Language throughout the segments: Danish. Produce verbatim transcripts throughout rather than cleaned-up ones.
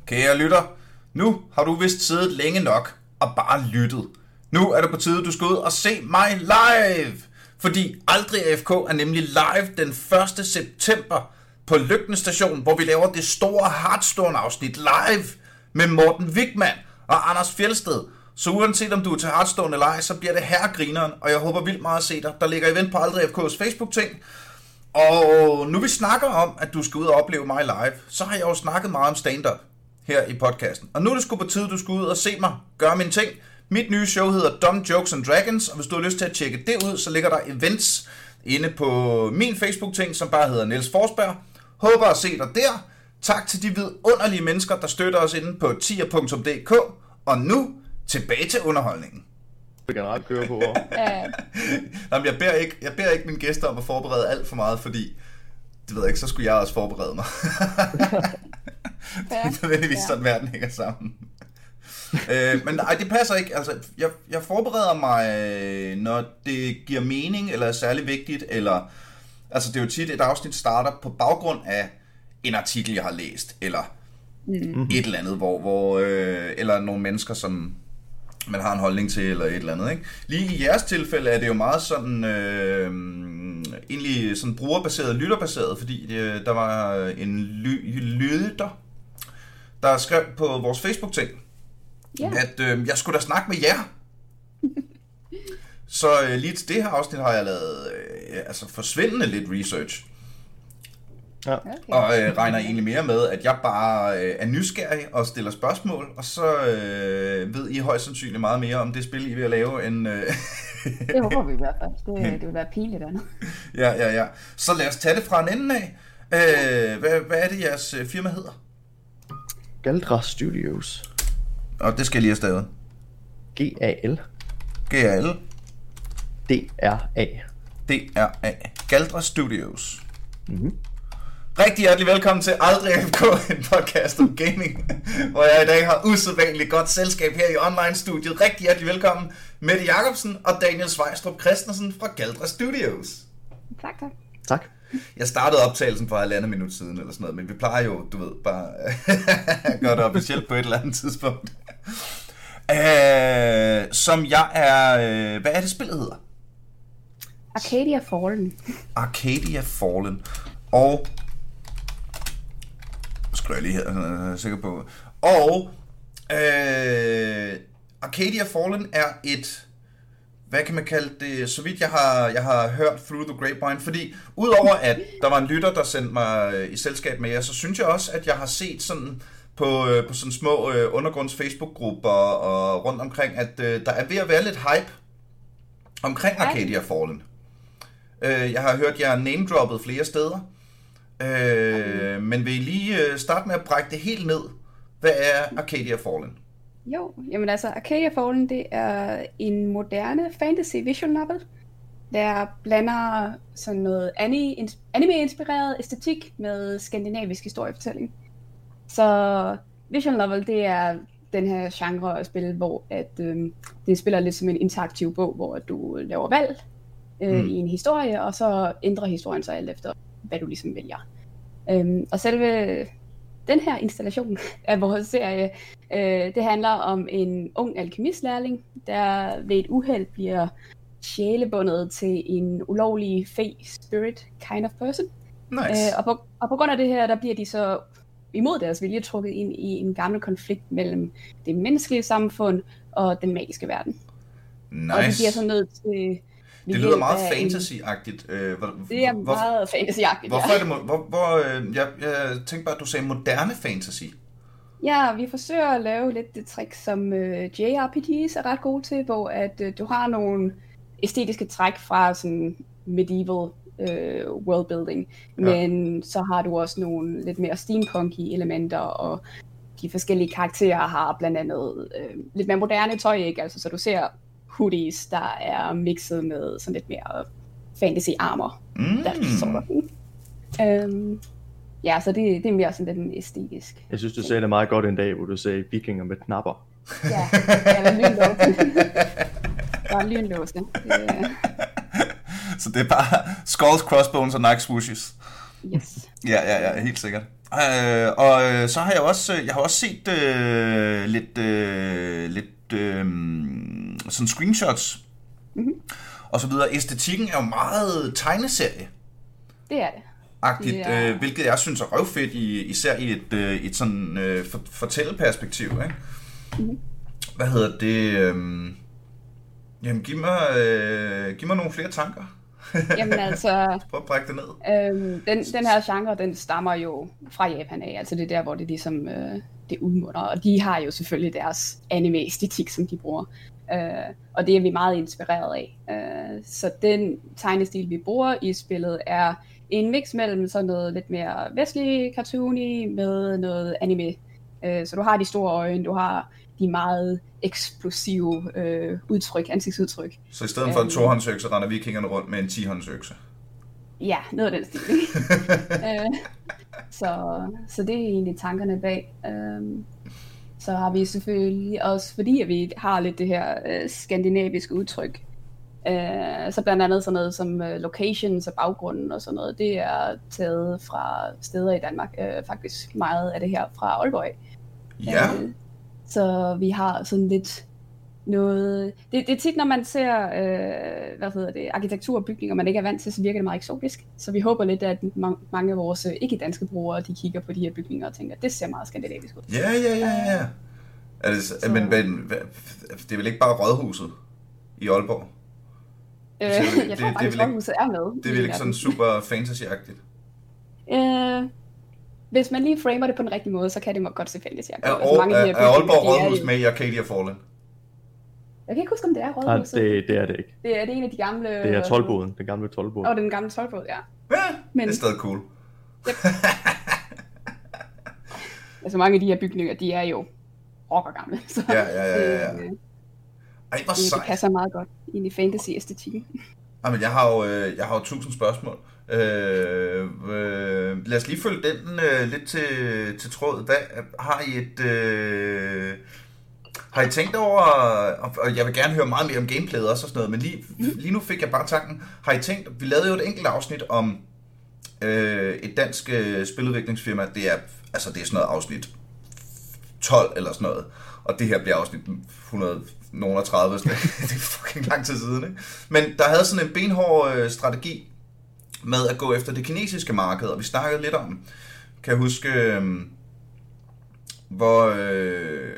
Kære lytter, nu har du vist siddet længe nok og bare lyttet. Nu er det på tide, du skal ud og se mig live. Fordi Aldrig A F K er nemlig live den første september på Lygten Station, hvor vi laver det store Hearthstone-afsnit live med Morten Wigman og Anders Fjeldsted. Så uanset om du er til Hearthstone eller ej, så bliver det herregrineren, og jeg håber vildt meget at se dig. Der ligger event på Aldrig A F K's Facebook-ting. Og nu vi snakker om, at du skal ud og opleve mig live, så har jeg jo snakket meget om stand-up her i podcasten. Og nu er det sgu på tide, du skal ud og se mig gøre mine ting. Mit nye show hedder Dumb Jokes and Dragons, og hvis du har lyst til at tjekke det ud, så ligger der events inde på min Facebook-ting, som bare hedder Niels Forsberg. Håber at se dig der. Tak til de vidunderlige mennesker, der støtter os inde på tier punktum d k. Og nu tilbage til underholdningen. Jeg kan ret køre på. Jamen, jeg beder ikke, jeg beder ikke mine gæster om at forberede alt for meget, fordi det ved jeg ikke, så skulle jeg også forberede mig. Det er nødvendigvis sådan, verden hænger sammen. øh, men nej, det passer ikke. Altså, jeg, jeg forbereder mig, når det giver mening, eller er særlig vigtigt, eller... Altså, det er jo tit, et afsnit starter på baggrund af en artikel, jeg har læst, eller mm. et eller andet, hvor... hvor øh, eller nogle mennesker, som man har en holdning til, eller et eller andet, ikke? Lige i jeres tilfælde er det jo meget sådan... Øh, egentlig sådan brugerbaseret, lytterbaseret, fordi øh, der var en ly- lytter, der skrev på vores Facebook-ting, yeah. at øh, jeg skulle da snakke med jer. Så øh, lige til det her afsnit har jeg lavet øh, altså forsvindende lidt research. Ja. Okay. Og øh, regner egentlig mere med, at jeg bare øh, er nysgerrig og stiller spørgsmål, og så øh, ved I højst sandsynligt meget mere om det spil, I vil lave, end... Øh... det håber vi i hvert fald. Det, det vil være pinligt andet. Ja, ja, ja. Så lad os tage det fra en ende af. Øh, hvad, hvad er det, jeres firma hedder? Galdra Studios. Og det skal jeg lige have stavet. G A L G A L D R A D R A Galdra Studios. Mhm. Rigtig hjertelig velkommen til Aldrig A F K, en podcast om gaming, hvor jeg i dag har usædvanligt godt selskab her i online-studiet. Rigtig hjertelig velkommen, Mette Jacobsen og Daniel Svejstrup Christensen fra Galdra Studios. Tak, tak. Tak. Jeg startede optagelsen for halvandet minut siden eller sådan noget, men vi plejer jo, du ved, bare at gøre det officielt på et eller andet tidspunkt. Uh, som jeg er... Uh, hvad er det, spillet hedder? Arcadia Fallen. Arcadia Fallen. Og... Skriver jeg lige her, jeg er sikker på. Og... Uh, Arcadia Fallen er et... Hvad kan man kalde det? Så vidt jeg har, jeg har hørt Through the Grapevine. Fordi udover at der var en lytter, der sendte mig i selskab med jer, så synes jeg også, at jeg har set sådan... På, på sådan små øh, undergrunds Facebook-grupper og rundt omkring, at øh, der er ved at være lidt hype omkring Arcadia Fallen. Øh, jeg har hørt jer name-droppet flere steder, øh, okay. Men vil I lige øh, starte med at brække det helt ned? Hvad er Arcadia Fallen? Jo, jamen altså Arcadia Fallen, det er en moderne fantasy visual novel, der blander sådan noget anime-inspireret æstetik med skandinavisk historiefortælling. Så visual novel, det er den her genre af spil, hvor at, øhm, det spiller lidt som en interaktiv bog, hvor du laver valg øh, mm. i en historie, og så ændrer historien sig alt efter, hvad du ligesom vælger. Øhm, og selve den her installation af vores serie, øh, det handler om en ung alkymistlærling, der ved et uheld bliver sjælebundet til en ulovlig fe spirit kind of person. Nice. Øh, og, på, og på grund af det her, der bliver de så imod deres vilje trukket ind i en gammel konflikt mellem det menneskelige samfund og den magiske verden. Nice. Og de bliver så nødt til... Det lyder meget fantasy-agtigt. Øh, hvor, det er hvor, meget fantasy-agtigt, Hvorfor ja. er det... Hvor, hvor, øh, jeg, jeg tænkte bare, at du sagde moderne fantasy. Ja, vi forsøger at lave lidt det trick, som øh, J R P Gs er ret gode til, hvor at, øh, du har nogle æstetiske træk fra sådan medieval øh, worldbuilding, men ja. Så har du også nogle lidt mere steampunky elementer, og de forskellige karakterer har blandt andet øh, lidt mere moderne tøj, ikke? Altså, så du ser hoodies, der er mixet med sådan lidt mere fantasy armor. Mm. Der er øhm, ja, så det, det er mere sådan lidt æstetisk. Jeg synes, du sagde det meget godt en dag, hvor du sagde vikinger med knapper. Ja, eller lynlåse. Bare lynlåse. Det, Så det er bare skulls, crossbones og Nike swooshes. Yes. Ja, ja, ja, helt sikkert. Øh, og øh, så har jeg også, jeg har også set øh, lidt, øh, lidt øh, sådan screenshots Mm-hmm. og så videre. Æstetikken er jo meget tegneserie. Det er det. Agtigt, Det er- øh, hvilket jeg synes er røvfedt, i, især i et, øh, et sådan øh, for, fortælleperspektiv, ikke? Mhm. Hvad hedder det? Øh, jamen, giv mig, øh, giv mig nogle flere tanker. Jamen altså, Prøv at brække det ned. øhm, den, den her genre, den stammer jo fra Japan af. Altså det er der, hvor det ligesom øh, det udmunder. Og de har jo selvfølgelig deres anime-æstetik, som de bruger. Øh, og det er vi meget inspireret af. Øh, så den tegnestil, vi bruger i spillet, er en mix mellem sådan noget lidt mere vestlig cartoony med noget anime. Øh, så du har de store øjne, du har de meget eksplosive øh, udtryk, ansigtsudtryk. Så i stedet for en Øhm. tohåndsøkse, render vikingerne rundt med en tihåndsøkse. Ja, noget af den stil. øh, så, så det er egentlig tankerne bag. Øh, så har vi selvfølgelig også, fordi at vi har lidt det her øh, skandinaviske udtryk, øh, så blandt andet sådan noget som øh, locations og baggrunden og sådan noget, det er taget fra steder i Danmark. Øh, faktisk meget af det her fra Aalborg af. Ja, Øh, så vi har sådan lidt noget... Det, det er tit, når man ser øh, hvad hedder det, arkitektur og bygninger, man ikke er vant til, så virker det meget eksotisk. Så vi håber lidt, at ma- mange af vores øh, ikke-danske brugere, de kigger på de her bygninger og tænker, det ser meget skandinavisk ud. ja, ja, ja, ja. Er det, Så- men, men hvad- det er vel ikke bare Rådhuset i Aalborg? Øh, det- jeg det- tror det er faktisk, vel ikke- Rådhuset er med. Det er vel ikke sådan super fantasy-agtigt? Øh, hvis man lige framer det på den rigtige måde, så kan det godt se fantasy. Er, Altså, er, mange af de er, her er bygninger, Aalborg de er Rådhus jo- med i Arcadia Fallen? Jeg kan ikke huske, om det er Nej, Rådhuset. det, det er det ikke. Det er, det er en af de gamle... Det er tolvboden, den gamle tolvbod. Og den gamle tolvbåd, ja. Ja, Men- det er stadig cool. Altså mange af de her bygninger, de er jo rockergamle. Så Ja, ja, ja, ja, ja. det, øh, Ej, hvor det, det sejt. passer meget godt ind i fantasy-æstetikken. Ej, men jeg har jo, øh, jeg har jo tusind spørgsmål. Øh, øh, lad os lige følge den øh, lidt til, til tråd. Hvad, har I et... Øh, har I tænkt over, og, og jeg vil gerne høre meget mere om gameplayet også og sådan noget, men lige, lige nu fik jeg bare tanken, har I tænkt, vi lavede jo et enkelt afsnit om øh, et dansk øh, spiludviklingsfirma, det er, altså det er sådan noget afsnit tolv eller sådan noget, og det her bliver afsnit hundrede og tredive, det er fucking lang tid siden, ikke? Men der havde sådan en benhård øh, strategi med at gå efter det kinesiske marked, og vi snakkede lidt om, kan jeg huske, øh, hvor øh,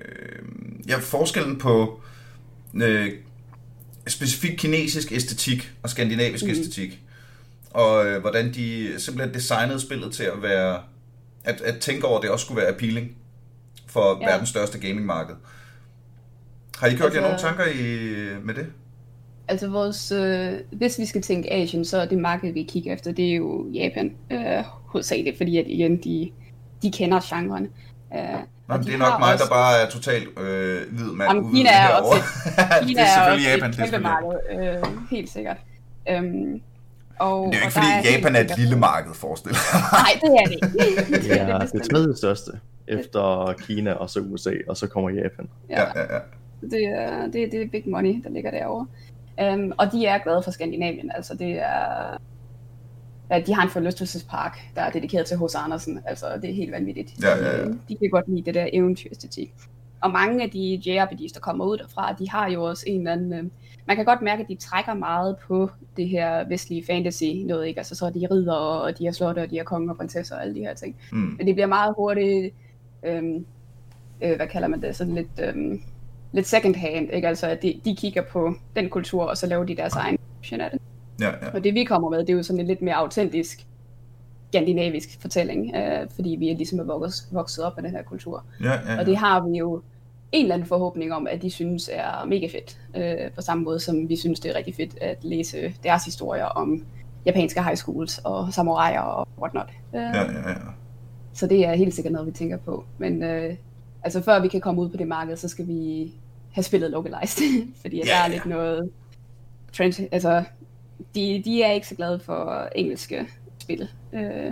ja, forskellen på øh, specifik kinesisk æstetik og skandinavisk mm. æstetik, og øh, hvordan de simpelthen designede spillet til at være, at, at tænke over, at det også skulle være appealing for ja. verdens største gamingmarked. Har I gjort altså, jer nogle tanker i, med det? Altså vores, øh, hvis vi skal tænke Asien, så er det marked, vi kigger efter, det er jo Japan, øh, hovedsageligt, fordi at igen, de, de kender genren. Øh, Nå, det er nok mig, også... der bare er totalt øh, hvid mand. Jamen, Kina er også et, Kina det er selvfølgelig Japan. Det er kæmpe marked, øh, helt sikkert. Øhm, og, det er jo ikke og fordi er Japan er et lille marked, forestiller jeg mig. Nej, det er det ikke. Det er det tredje største efter Kina og så U S A, og så kommer Japan. Ja, ja, ja. ja. Det er, det, det er big money, der ligger derovre. Um, og de er glade for Skandinavien. Altså det er, ja, de har en forlystelsespark, der er dedikeret til H C Andersen. Altså det er helt vanvittigt. Ja, ja, ja. De, de kan godt lide det der eventyræstetik. Og mange af de J R P G's, der kommer ud derfra, de har jo også en eller anden... Øh, man kan godt mærke, at de trækker meget på det her vestlige fantasy noget, ikke? Altså så er de ridder, og de har slotte, og de har konger og prinsesser og alle de her ting. Mm. Men det bliver meget hurtigt... Øh, øh, hvad kalder man det? Sådan lidt... Øh, lidt second hand, ikke? Altså at de, de kigger på den kultur, og så laver de deres egen version af det. Ja, ja. Og det vi kommer med, det er jo sådan en lidt mere autentisk skandinavisk fortælling, øh, fordi vi er ligesom er vokset, vokset op med den her kultur. Ja, ja, ja. Og det har vi jo en eller anden forhåbning om, at de synes er mega fedt, øh, på samme måde som vi synes det er rigtig fedt at læse deres historier om japanske high schools og samuraier og whatnot. Øh, ja, ja, ja. Så det er helt sikkert noget, vi tænker på. Men øh, altså før vi kan komme ud på det marked, så skal vi have spillet localized, fordi yeah, der er lidt yeah. noget trend, altså de, de er ikke så glade for engelske spil. Øh,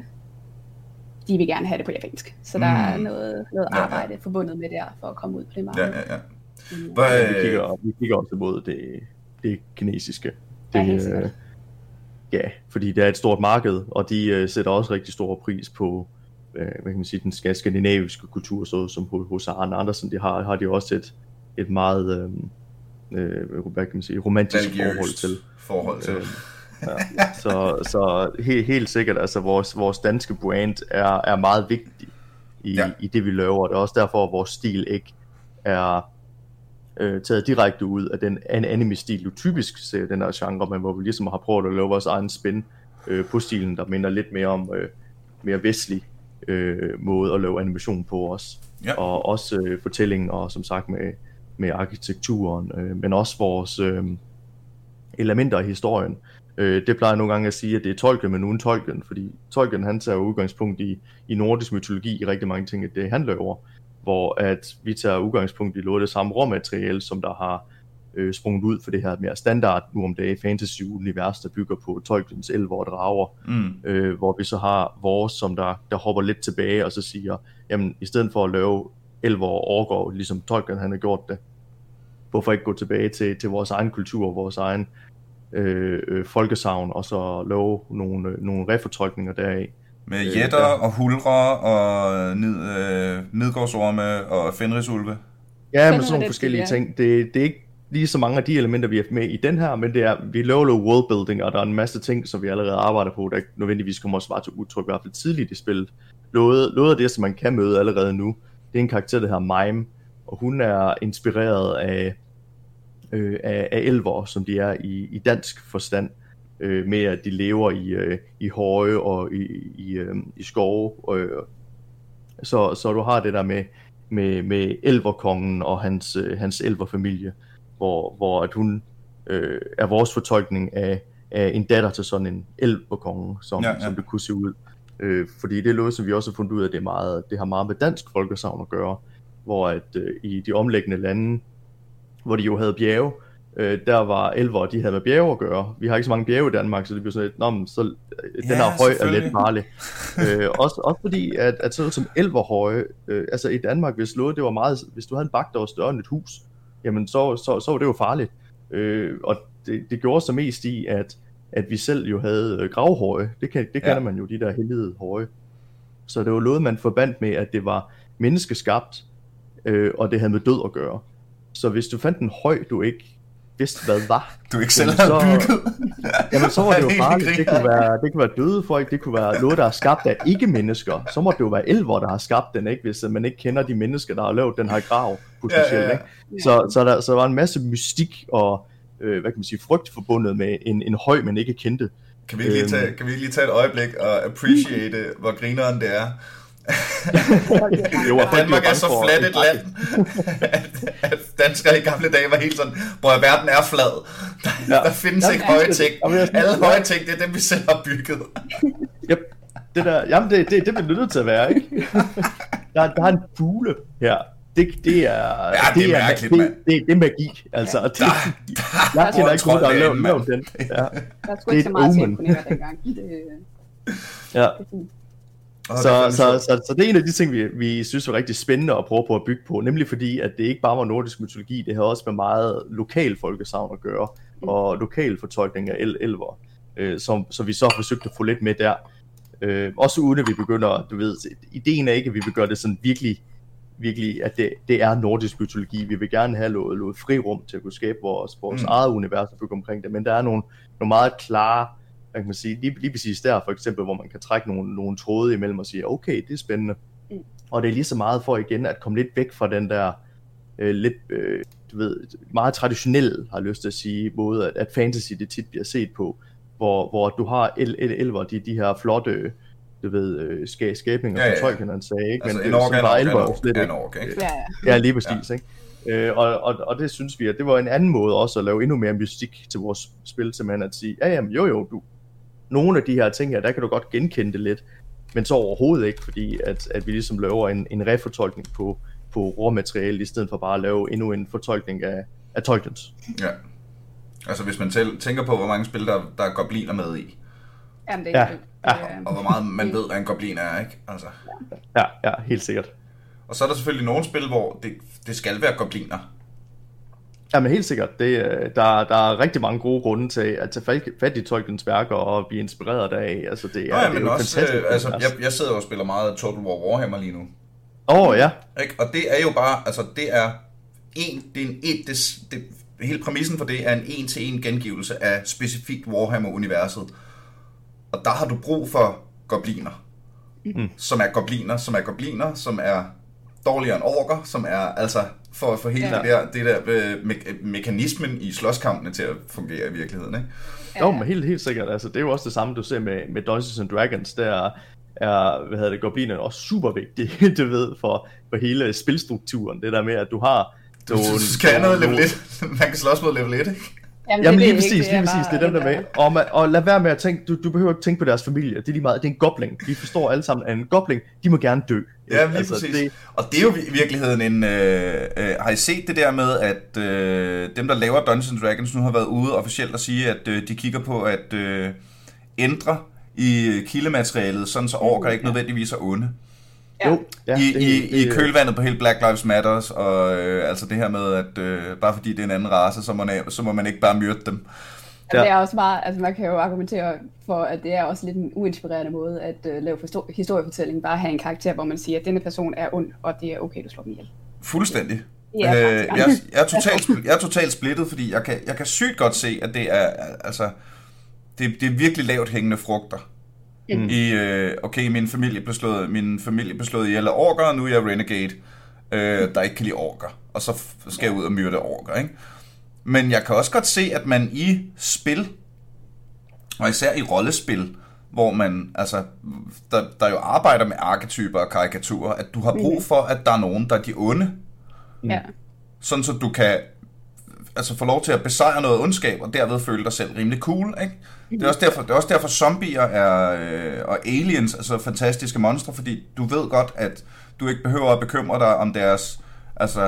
de vil gerne have det på japansk, så der mm. er noget, noget arbejde ja, ja. forbundet med der for at komme ud på det marked. Ja, ja, ja. Mm. Ja, vi, kigger, vi kigger også mod det, det kinesiske. Det, ja, øh, ja, fordi det er et stort marked, og de øh, sætter også rigtig stor pris på hvad kan man sige, den skandinaviske kultur, så som hos Arne Andersen, de har, har de også et, et meget, øh, hvad kan man sige, romantisk forhold til. forhold til. Øh, ja. Så, så helt, helt sikkert, altså vores, vores danske brand er, er meget vigtig i, ja. i det, vi laver. Det er også derfor, at vores stil ikke er øh, taget direkte ud af den anime-stil, du typisk ser den her genre, men hvor vi ligesom har prøvet at lave vores egen spin øh, på stilen, der minder lidt mere om øh, mere vestlig øh, måde at lave animation på os. Ja. Og også øh, fortællingen, og som sagt med, med arkitekturen, øh, men også vores øh, elementer i historien. Øh, det plejer jeg nogle gange at sige, at det er Tolkien, men uden Tolkien, fordi Tolkien, han tager udgangspunkt i, i nordisk mytologi i rigtig mange ting, at det han laver, hvor at vi tager udgangspunkt i noget af det samme råmateriale, som der har øh, sprunget ud for det her mere standard nu om dagen fantasy-univers, der bygger på Tolkiens elver og drager, mm. øh, hvor vi så har vores, som der, der hopper lidt tilbage og så siger, jamen i stedet for at lave elver og orker, ligesom Tolkien han har gjort det, hvorfor ikke gå tilbage til, til vores egen kultur, vores egen øh, øh, folkesagn, og så lave nogle, øh, nogle refortolkninger deraf. Med jætter øh, og hulre og nid, øh, midgårdsorme og fenrisulve. Ja, men sådan nogle forskellige det, ting. Det, det er ikke lige så mange af de elementer, vi har med i den her, men det er, vi laver jo worldbuilding, og der er en masse ting, som vi allerede arbejder på, der ikke nødvendigvis kommer også bare til udtryk, i hvert fald tidligt i spillet. Noget, noget af det, som man kan møde allerede nu, det er en karakter, der hedder Mime, og hun er inspireret af, øh, af, af elver, som de er i, i dansk forstand, øh, med at de lever i, øh, i høje og i, i, øh, i skove. Øh. Så, så du har det der med, med, med elverkongen og hans, øh, hans elverfamilie, hvor, hvor at hun øh, er vores fortolkning af, af en datter til sådan en elverkonge, som, ja, ja. som det kunne se ud. Øh, fordi det er noget, som vi også har fundet ud af, det, er meget, det har meget med dansk folkesagn at gøre, hvor at øh, i de omliggende lande, hvor de jo havde bjerge, øh, der var elver, de havde med bjerge at gøre. Vi har ikke så mange bjerge i Danmark, så det bliver sådan lidt, nå, men så øh, den her høj er lidt farlig. øh, også, også fordi, at, at sådan som elverhøje, øh, altså i Danmark, hvis, det var meget, hvis du havde en bakke, der var større end et hus, jamen så, så, så var det jo farligt. Øh, og det, det gjorde sig mest i, at at vi selv jo havde øh, gravhøje. Det, kan, det kender ja. man jo, de der helligede høje. Så det var noget, man forbandt med, at det var menneskeskabt, øh, og det havde med død at gøre. Så hvis du fandt en høj, du ikke vidste, hvad var, du ikke selv havde bygget, jamen så var det jo farligt. Det kunne, være, det kunne være døde folk, det kunne være noget, der er skabt af ikke-mennesker. Så må det jo være elver, der har skabt den, ikke? Hvis man ikke kender de mennesker, der har lavet den her grav, potentielt. Ja, ja, ja. Ikke? Så, så, der, så der var en masse mystik og Øh, hvad kan man sige, frygt forbundet med en, en høj, man ikke kendte. Kan vi lige øhm, tage, kan vi lige tage et øjeblik og appreciate, hvor grineren det er? jo, at Danmark er så fladt et land, at, at danskere i gamle dage var helt sådan, hvor verden er flad. Der, ja. der findes jamen, ikke høje ting. Alle høje ting, det er dem, vi selv har bygget. Yep. Det der, jamen det, det, det er vi nødt til at være, ikke? der, der er en fugle her. Det, det er, ja, det, det er mærkeligt, det, det, det, det er magi, altså. Ja. Det, der, der, jeg kender ikke nogen, der har lavet, lavet den. Ja. Der er sgu ikke så meget til at imponere dengang. Det, ja. Så, så, så, så, så det er en af de ting, vi, vi synes var rigtig spændende at prøve på at bygge på, nemlig fordi, at det ikke bare var nordisk mytologi, det havde også med meget lokal folkesagn at gøre, mm. og lokal fortolkning af el- elver, øh, som, så vi så forsøgte at få lidt med der. Øh, også uden at vi begynder, du ved, ideen er ikke, at vi vil gøre det sådan virkelig, virkelig, at det, det er nordisk mytologi. Vi vil gerne have noget, noget frirum til at kunne skabe vores, vores mm. eget univers og bygge omkring det, men der er nogle, nogle meget klare, hvad kan man sige, lige, lige præcis der for eksempel, hvor man kan trække nogle, nogle tråde imellem og sige, okay, det er spændende. Mm. Og det er lige så meget for igen at komme lidt væk fra den der øh, lidt, øh, du ved, meget traditionelle, har jeg lyst til at sige, måde, at, at fantasy det tit bliver set på, hvor, hvor du har el- el- elver, de, de her flotte, du ved, øh, skab- skabninger, ja, ja. som Tolkien han sagde, ikke? Altså men en det ork, er bare elver, slet ikke. Ork, ikke? Ja, ja. ja, lige præcis, ja. Ikke? Øh, og, og, og det synes vi, at det var en anden måde også at lave endnu mere mystik til vores spil, simpelthen at sige, ja, jamen, jo, jo, du, nogle af de her ting her, der kan du godt genkende det lidt, men så overhovedet ikke, fordi at, at vi ligesom laver en, en refortolkning på, på råmateriale, i stedet for bare at lave endnu en fortolkning af, af Tolkiens. Ja, altså hvis man selv tænker på, hvor mange spil, der, der er gobliner med i. Jamen, det er ja. Ja. Og hvor meget man ved, hvad en goblin er, ikke? Altså. Ja, ja, helt sikkert. Og så er der selvfølgelig nogle spil, hvor det, det skal være gobliner. Jamen helt sikkert. Det, der, der er rigtig mange gode grunde til at tage fat i Tolkiens værker og blive inspireret deraf. Altså, det er, Nå, ja, det er men jo også, fantastisk. øh, altså, jeg, jeg sidder og spiller meget Total War Warhammer lige nu. Åh, oh, ja. Ikke? Og det er jo bare, altså det er en, det er en, et, det, det, hele præmissen for det er en en-til-en gengivelse af specifikt Warhammer-universet. Og der har du brug for gobliner, mm. som er gobliner, som er gobliner, som er dårligere end orker, som er altså for, for hele ja. det der, det der øh, me- mekanismen i slåskampene til at fungere i virkeligheden, ikke? Jo, men helt, helt sikkert. Altså, det er jo også det samme, du ser med, med Dungeons and Dragons. Der er, hvad hedder det, goblinerne også super vigtige, du ved, for, for hele spilstrukturen. Det der med, at du har... Du, du, du skal have noget level et. Man kan slås mod level et, ikke? Jamen, Jamen det, lige det præcis, ikke, lige præcis, det er dem der med. Og, man, og lad være med at tænke, du, du behøver ikke tænke på deres familie, det er lige meget, det er en gobling. De forstår alle sammen, at en gobling, de må gerne dø. Ja, lige altså, præcis. Det... Og det er jo i virkeligheden en... Øh, øh, har I set det der med, at øh, dem, der laver Dungeons and Dragons, nu har været ude officielt at sige, at øh, de kigger på at øh, ændre i kildematerialet, sådan så orker ikke nødvendigvis er onde. Ja. Jo, ja, I, det, i, det, i kølvandet på hele Black Lives Matters, og øh, altså det her med, at øh, bare fordi det er en anden race, så må man, så må man ikke bare myrde dem. Ja. Det er også meget, altså man kan jo argumentere for, at det er også lidt en uinspirerende måde at uh, lave forstå- historiefortælling, bare have en karakter, hvor man siger, at denne person er ond, og det er okay, du slår dem ihjel. Fuldstændig. Ja, øh, jeg, jeg, er totalt, jeg er totalt splittet, fordi jeg kan, jeg kan sygt godt se, at det er, altså, det, det er virkelig lavt hængende frugter. Mm. I, øh, okay, min familie blev slået, min familie blev slået ihjel af orker, og nu er jeg renegade, øh, der ikke kan lide orker, og så skal jeg ud og myrde orker, ikke? Men jeg kan også godt se, at man i spil, og især i rollespil, hvor man, altså, der, der jo arbejder med arketyper og karikaturer, at du har brug for, at der er nogen, der er de onde. Ja. Sådan så du kan altså få lov til at besejre noget ondskab, og derved føle dig selv rimelig cool, ikke? Det er også derfor, det er også derfor zombier er, øh, og aliens, altså fantastiske monstre, fordi du ved godt, at du ikke behøver at bekymre dig om deres, altså...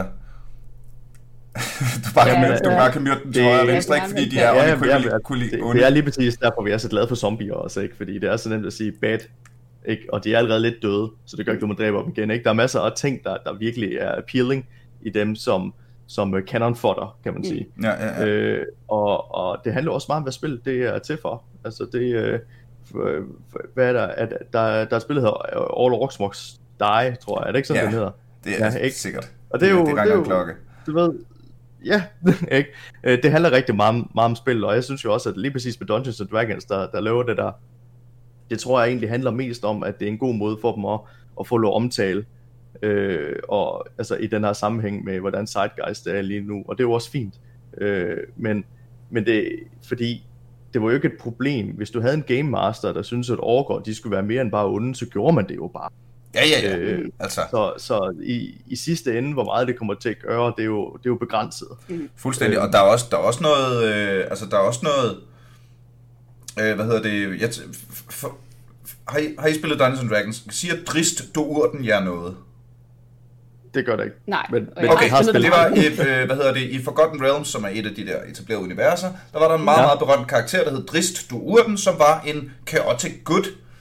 du bare, ja, kan, myrde, du bare kan myrde dem til højre og venstre, ikke? Fordi de er ja, onde. Ja, det, det er lige præcis derfor, vi er så glade for zombier også, ikke? Fordi det er så nemt at sige bad, ikke? Og de er allerede lidt døde, så det gør ikke, du må dræbe dem igen, ikke? Der er masser af ting, der, der virkelig er appealing i dem, som, som canon fodder, kan man sige. Ja, ja, ja. Øh, og, og det handler også meget om, hvad spil det er til for. Altså det, øh, for, for, hvad er der? At, der, der er et spil, der hedder All Orcs Must Die, tror jeg. Er det ikke sådan, ja, det hedder? det er ja, ikke sikkert. Og det er jo, det, det, det er jo klokke. Du ved, ja, ikke? Det handler rigtig meget, meget om spil, og jeg synes jo også, at lige præcis med Dungeons and Dragons, der, der laver det der, det tror jeg egentlig handler mest om, at det er en god måde for dem at, at få lov omtale, øh, og altså i den her sammenhæng med, hvordan Zeitgeist det er lige nu, og det er jo også fint, øh, men, men det, fordi det var jo ikke et problem, hvis du havde en Game Master, der syntes, at orker, de skulle være mere end bare onde, så gjorde man det jo bare. Ja, ja, ja. Øh, altså. Så, så i, i sidste ende, hvor meget det kommer til at gøre, det er jo, det er jo begrænset. Mm. Fuldstændig, og der er også, der er også noget, øh, altså der er også noget, øh, hvad hedder det, jeg, for, har, I, har I spillet Dungeons and Dragons? Siger drist, du urten jer noget? Det gør det ikke. Nej. Men, men okay, har det var et, øh, hvad hedder det, i Forgotten Realms, som er et af de der etablerede universer, der var der en meget, ja. meget berømt karakter, der hed Drist, du urten, som var en chaotic good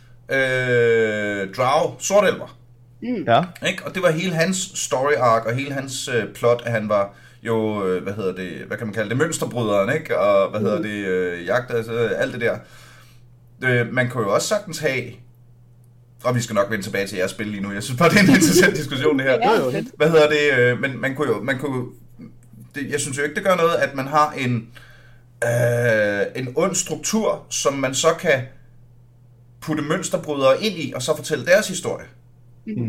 øh, drow sortelver. Mm. Ja. Ikke? Og det var hele hans story arc, og hele hans øh, plot, at han var jo, øh, hvad hedder det, hvad kan man kalde det, mønsterbryderen, ikke? Og hvad hedder mm. det, øh, jagt, altså alt det der. Øh, man kunne jo også sagtens have, og vi skal nok vende tilbage til jeres spil lige nu, jeg synes bare, det er en interessant diskussion det her. Ja, hvad hedder det, øh, men man kunne jo, man kunne, det, jeg synes jo ikke, det gør noget, at man har en, øh, en ond struktur, som man så kan putte mønsterbrydere ind i, og så fortælle deres historie. Mm.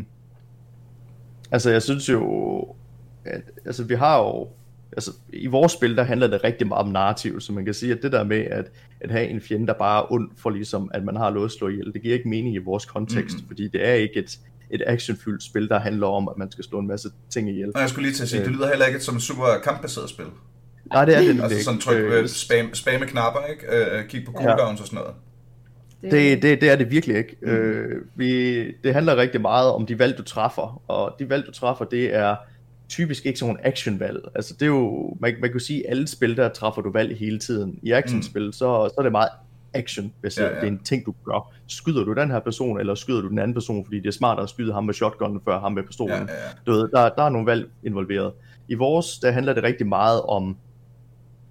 Altså jeg synes jo at, altså vi har jo altså i vores spil der handler det rigtig meget om narrativ, så man kan sige at det der med at, at have en fjende der bare er ond for ligesom at man har noget at slå ihjel, det giver ikke mening i vores kontekst, mm. fordi det er ikke et, et actionfyldt spil der handler om at man skal slå en masse ting ihjel. Og jeg skulle lige til at sige, det lyder heller ikke som et super kampbaseret spil. Nej, det er det. Altså sådan tryk, øh, spam, spamme knapper, ikke? Øh, kig på cooldowns ja. Og sådan noget. Det, det, det er det virkelig ikke. Mm. Øh, vi, det handler rigtig meget om de valg, du træffer, og de valg, du træffer, det er typisk ikke sådan en actionvalg. Altså det er jo, man, man kan sige, alle spil, der træffer du valg hele tiden. I actionspil, mm. så, så er det meget action, hvis ja, ja. Det er en ting, du gør. Skyder du den her person, eller skyder du den anden person, fordi det er smartere at skyde ham med shotgunnen, før ham med pistolen. Ja, ja, ja. Du ved, der, der er nogle valg involveret. I vores, der handler det rigtig meget om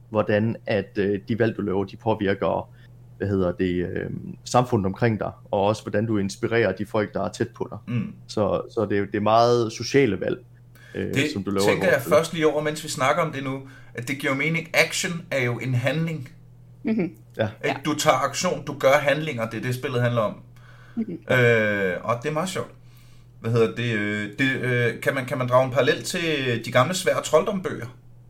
hvordan at øh, de valg, du laver, de påvirker, hvad hedder det, øh, samfundet omkring dig, og også hvordan du inspirerer de folk, der er tæt på dig. Mm. Så, så det, det er meget sociale valg, øh, det som du laver. Det tænker jeg først lige over, mens vi snakker om det nu, at det giver mening. Action er jo en handling. Mm-hmm. Ja. Ikke? Du tager aktion, du gør handlinger, det er det, spillet handler om. Mm-hmm. Øh, og det er meget sjovt. Hvad hedder det? Øh, det øh, kan, man, kan man drage en parallel til de gamle svære trolddombøger?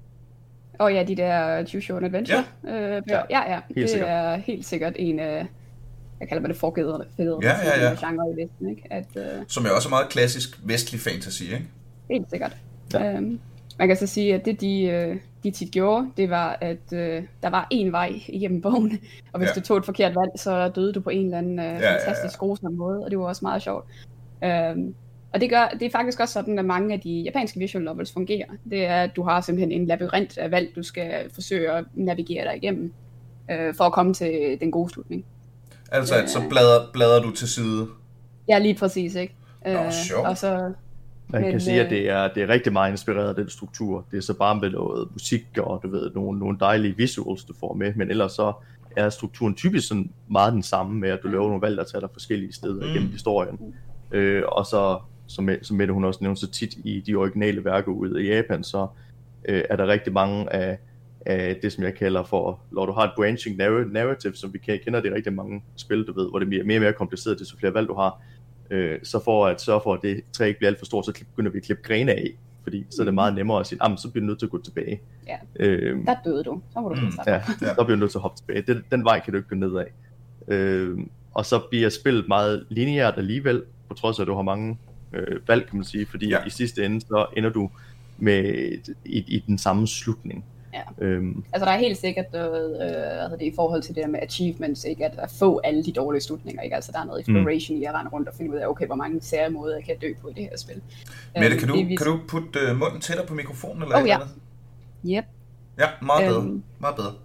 Åh oh, ja, de der Choose Your Own Adventure. Ja, øh, ja, ja. ja. Det sikkert. Er helt sikkert en af, jeg kalder det forgæderne, fædrene ja, ja, ja. genre i Vesten, ikke? At, øh, som er også meget klassisk vestlig fantasy, ikke? Helt sikkert. Ja. Øhm, man kan så sige, at det de, øh, de tit gjorde, det var, at øh, der var én vej igennem bogen, og hvis ja. du tog et forkert valg, så døde du på en eller anden øh, ja, fantastisk ja, ja. grusom måde, og det var også meget sjovt. Øhm, Og det, gør, det er faktisk også sådan, at mange af de japanske visual novels fungerer. Det er, at du har simpelthen en labyrint af valg, du skal forsøge at navigere dig igennem, øh, for at komme til den gode slutning. Altså, øh, så bladrer, bladrer du til side? Ja, lige præcis, ikke? Nå, øh, sjovt. Og så, Man men, kan sige, at det er, det er rigtig meget inspireret af den struktur. Det er så bare med noget musik og du ved, nogle, nogle dejlige visuals, du får med, men ellers så er strukturen typisk sådan meget den samme med, at du laver nogle valg, der tager dig forskellige steder mm. gennem historien. Mm. Øh, og så som, som Mette hun også nævnte så tit i de originale værker ude i Japan, så øh, er der rigtig mange af, af det, som jeg kalder for, når du har et branching narrative, som vi kender, det er rigtig mange spil, du ved, hvor det er mere og mere kompliceret, desto flere valg du har, øh, så for at sørge for, at det træ ikke bliver alt for stort, så begynder vi at klippe grene af, fordi så er det meget nemmere at sige, ah, så bliver du nødt til at gå tilbage. Ja, øh, der døde du, så må du mm, ja, så bliver du nødt til at hoppe tilbage. Den, den vej kan du ikke gå ned af. Øh, og så bliver spillet meget lineært alligevel, på trods af, at du har mange øh, valg, kan man sige, fordi ja. i sidste ende, så ender du med i, i den samme slutning. Ja. Øhm. Altså der er helt sikkert noget, øh, altså det i forhold til det der med achievements, ikke? At, at få alle de dårlige slutninger, ikke? Altså der er noget exploration mm. i at rende rundt og finde ud af, okay, hvor mange sære måder jeg kan dø på i det her spil. Mette, kan, du, kan du putte uh, munden tættere på mikrofonen? Eller oh ja. Yep. Ja, meget bedre. Øhm. Meget bedre.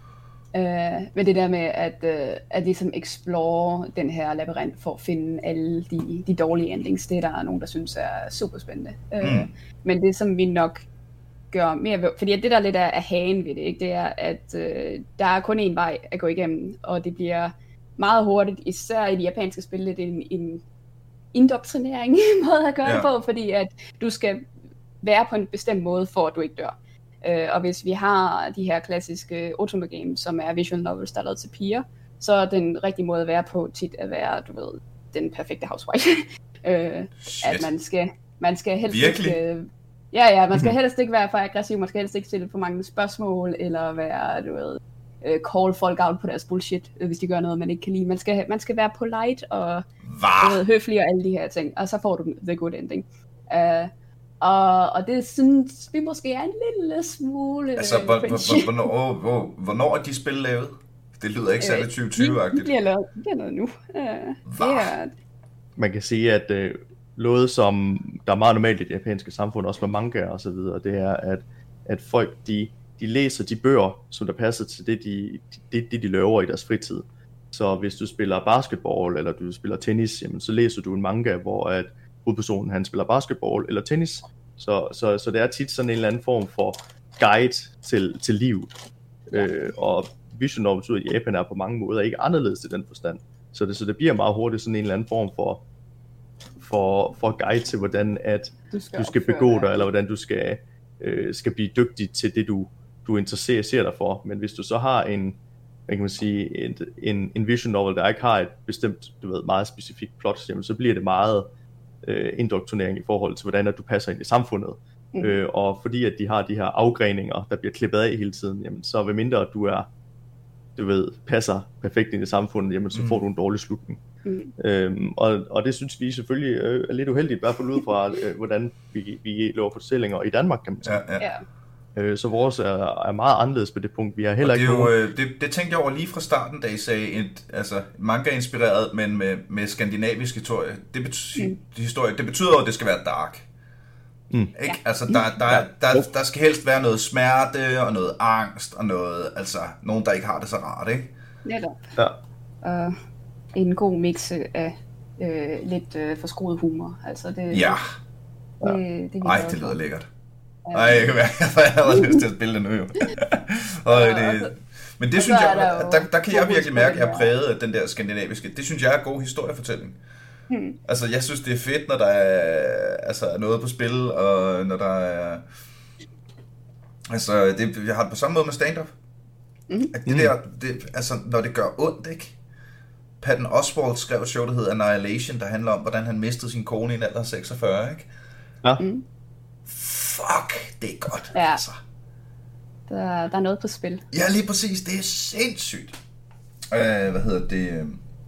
Uh, men det der med at, uh, at ligesom explore den her labyrint for at finde alle de, de dårlige endings, det er der nogen, der synes er super spændende. Uh, mm. Men det som vi nok gør mere, fordi det der lidt er, er hagen ved det, ikke? Det er at uh, der er kun én vej at gå igennem, og det bliver meget hurtigt, især i de japanske spil, det er en, en indoktrinering måde at gøre ja. det på, fordi at du skal være på en bestemt måde, for at du ikke dør. Uh, og hvis vi har de her klassiske Otome games, som er visual novels, der er lavet til piger, så er den rigtige måde at være på tit at være, du ved, den perfekte housewife. uh, at man skal, man skal helst Virkelig? ikke, ja, ja, man skal helst ikke være for aggressiv, man skal helst ikke stille for mange spørgsmål, eller være, du ved, uh, call folk out på deres bullshit, uh, hvis de gør noget, man ikke kan lide. Man skal, man skal være polite og du ved, høflig og alle de her ting, og så får du the good ending. Uh, Og, og det synes vi måske er en lille smule... Altså, hvor, hvor, hvornår, hvor, hvornår er de spil lavet? Det lyder ikke særlig tyve tyve-agtigt. Det bliver lavet, det bliver lavet nu. Uh, det er... Man kan sige, at øh, noget, som der er meget normalt i det japanske samfund, også med manga og så videre, det er, at, at folk, de, de læser de bøger, som der passer til det de, det, det, de laver i deres fritid. Så hvis du spiller basketball, eller du spiller tennis, jamen, så læser du en manga, hvor at hovedpersonen, han spiller basketball eller tennis, så, så, så det er tit sådan en eller anden form for guide til, til livet. Ja. Øh, og visual novels ud i Japan er på mange måder ikke anderledes i den forstand. Så det, så det bliver meget hurtigt sådan en eller anden form for, for, for guide til, hvordan at du skal, du skal begå dig, eller hvordan du skal, øh, skal blive dygtig til det, du, du interesserer dig for. Men hvis du så har en, hvad kan man sige, en, en, en visual novel, der ikke har et bestemt, du ved, meget specifikt plot, jamen, så bliver det meget Øh, indoktrinering i forhold til, hvordan at du passer ind i samfundet. Mm. Øh, og fordi at de har de her afgreninger, der bliver klippet af hele tiden, jamen, så ved mindre at du er, du ved, passer perfekt ind i samfundet, jamen, så mm. får du en dårlig slutning. Mm. Øhm, og, og det synes vi selvfølgelig øh, er lidt uheldigt, i hvert fald ud fra, øh, hvordan vi, vi laver fortællinger i Danmark, kan man sige. Ja, ja. Øh, så vores er, er meget anderledes på det punkt. Vi har heller og det ikke jo, nogen... det, det tænkte jeg over lige fra starten, da I sagde, et, altså manga-inspireret, men med, med skandinavisk historie. Det betyder, mm. historie. Det betyder at det skal være dark. Mm. Ikke? Ja. Altså, der, der, der, der, der skal helst være noget smerte, og noget angst, og noget, altså, nogen, der ikke har det så rart, ikke? Netop. Ja. Uh, en god mix af øh, lidt øh, forskruet humor. Altså, det, ja. Det, det, det Ej, det lyder lækkert. Nej, jeg kan være, jeg har lyst til at spille det nu jo. og det, men det synes jeg, der, der kan jeg virkelig mærke, at jeg er præget af den der skandinaviske. Det synes jeg er god historiefortælling. Hmm. Altså, jeg synes, det er fedt, når der er, altså, er noget på spil, og når der er... Altså, det, jeg har det på samme måde med stand-up. Mm. At det der, det, altså, når det gør ondt, ikke? Patton Oswalt skrev et show, der hedder Annihilation, der handler om, hvordan han mistede sin kone i en alder af seksogfyrre, ikke? Ja. Mm. Fuck, det er godt, ja. altså. Der, der er noget på spil. Ja, lige præcis. Det er sindssygt. Uh, hvad hedder det?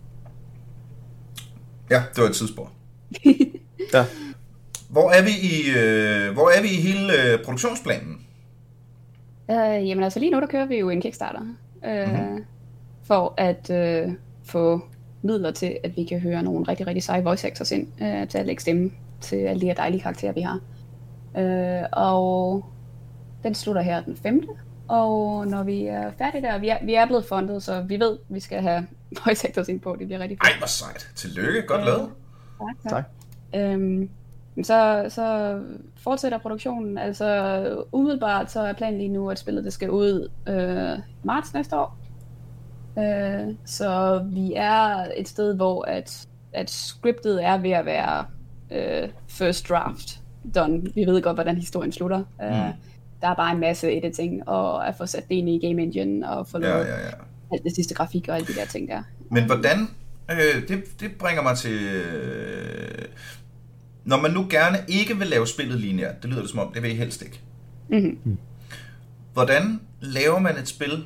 Ja, det var et tidsspor. Ja. Hvor er vi i, uh, hvor er vi i hele uh, produktionsplanen? Uh, jamen altså lige nu, der kører vi jo en Kickstarter. Uh, mm-hmm. For at uh, få midler til, at vi kan høre nogle rigtig, rigtig seje voice actors ind, uh, til at lægge stemme til alle de her dejlige karakterer, vi har. Uh, og den slutter her den femte Og når vi er færdige der, vi er, vi er blevet fundet, så vi ved, vi skal have voice actors ind på. Det bliver rigtig fedt. Ej, hvor sejt. Tillykke. Godt uh, lavet. Tak, tak. tak. Um, så, så fortsætter produktionen. Altså umiddelbart, så er planen lige nu, at spillet det skal ud uh, marts næste år. Uh, så vi er et sted, hvor at, at scriptet er ved at være uh, first draft done. Vi ved godt, hvordan historien slutter. Uh, mm. Der er bare en masse editing, og at få sat det ind i Game Engine, og få lavet ja, ja, ja. alt det sidste grafik og alle de der ting der. Men hvordan, øh, det, det bringer mig til, øh, når man nu gerne ikke vil lave spillet lineært, det lyder det som om, det vil I helst ikke. Mm-hmm. Hvordan laver man et spil,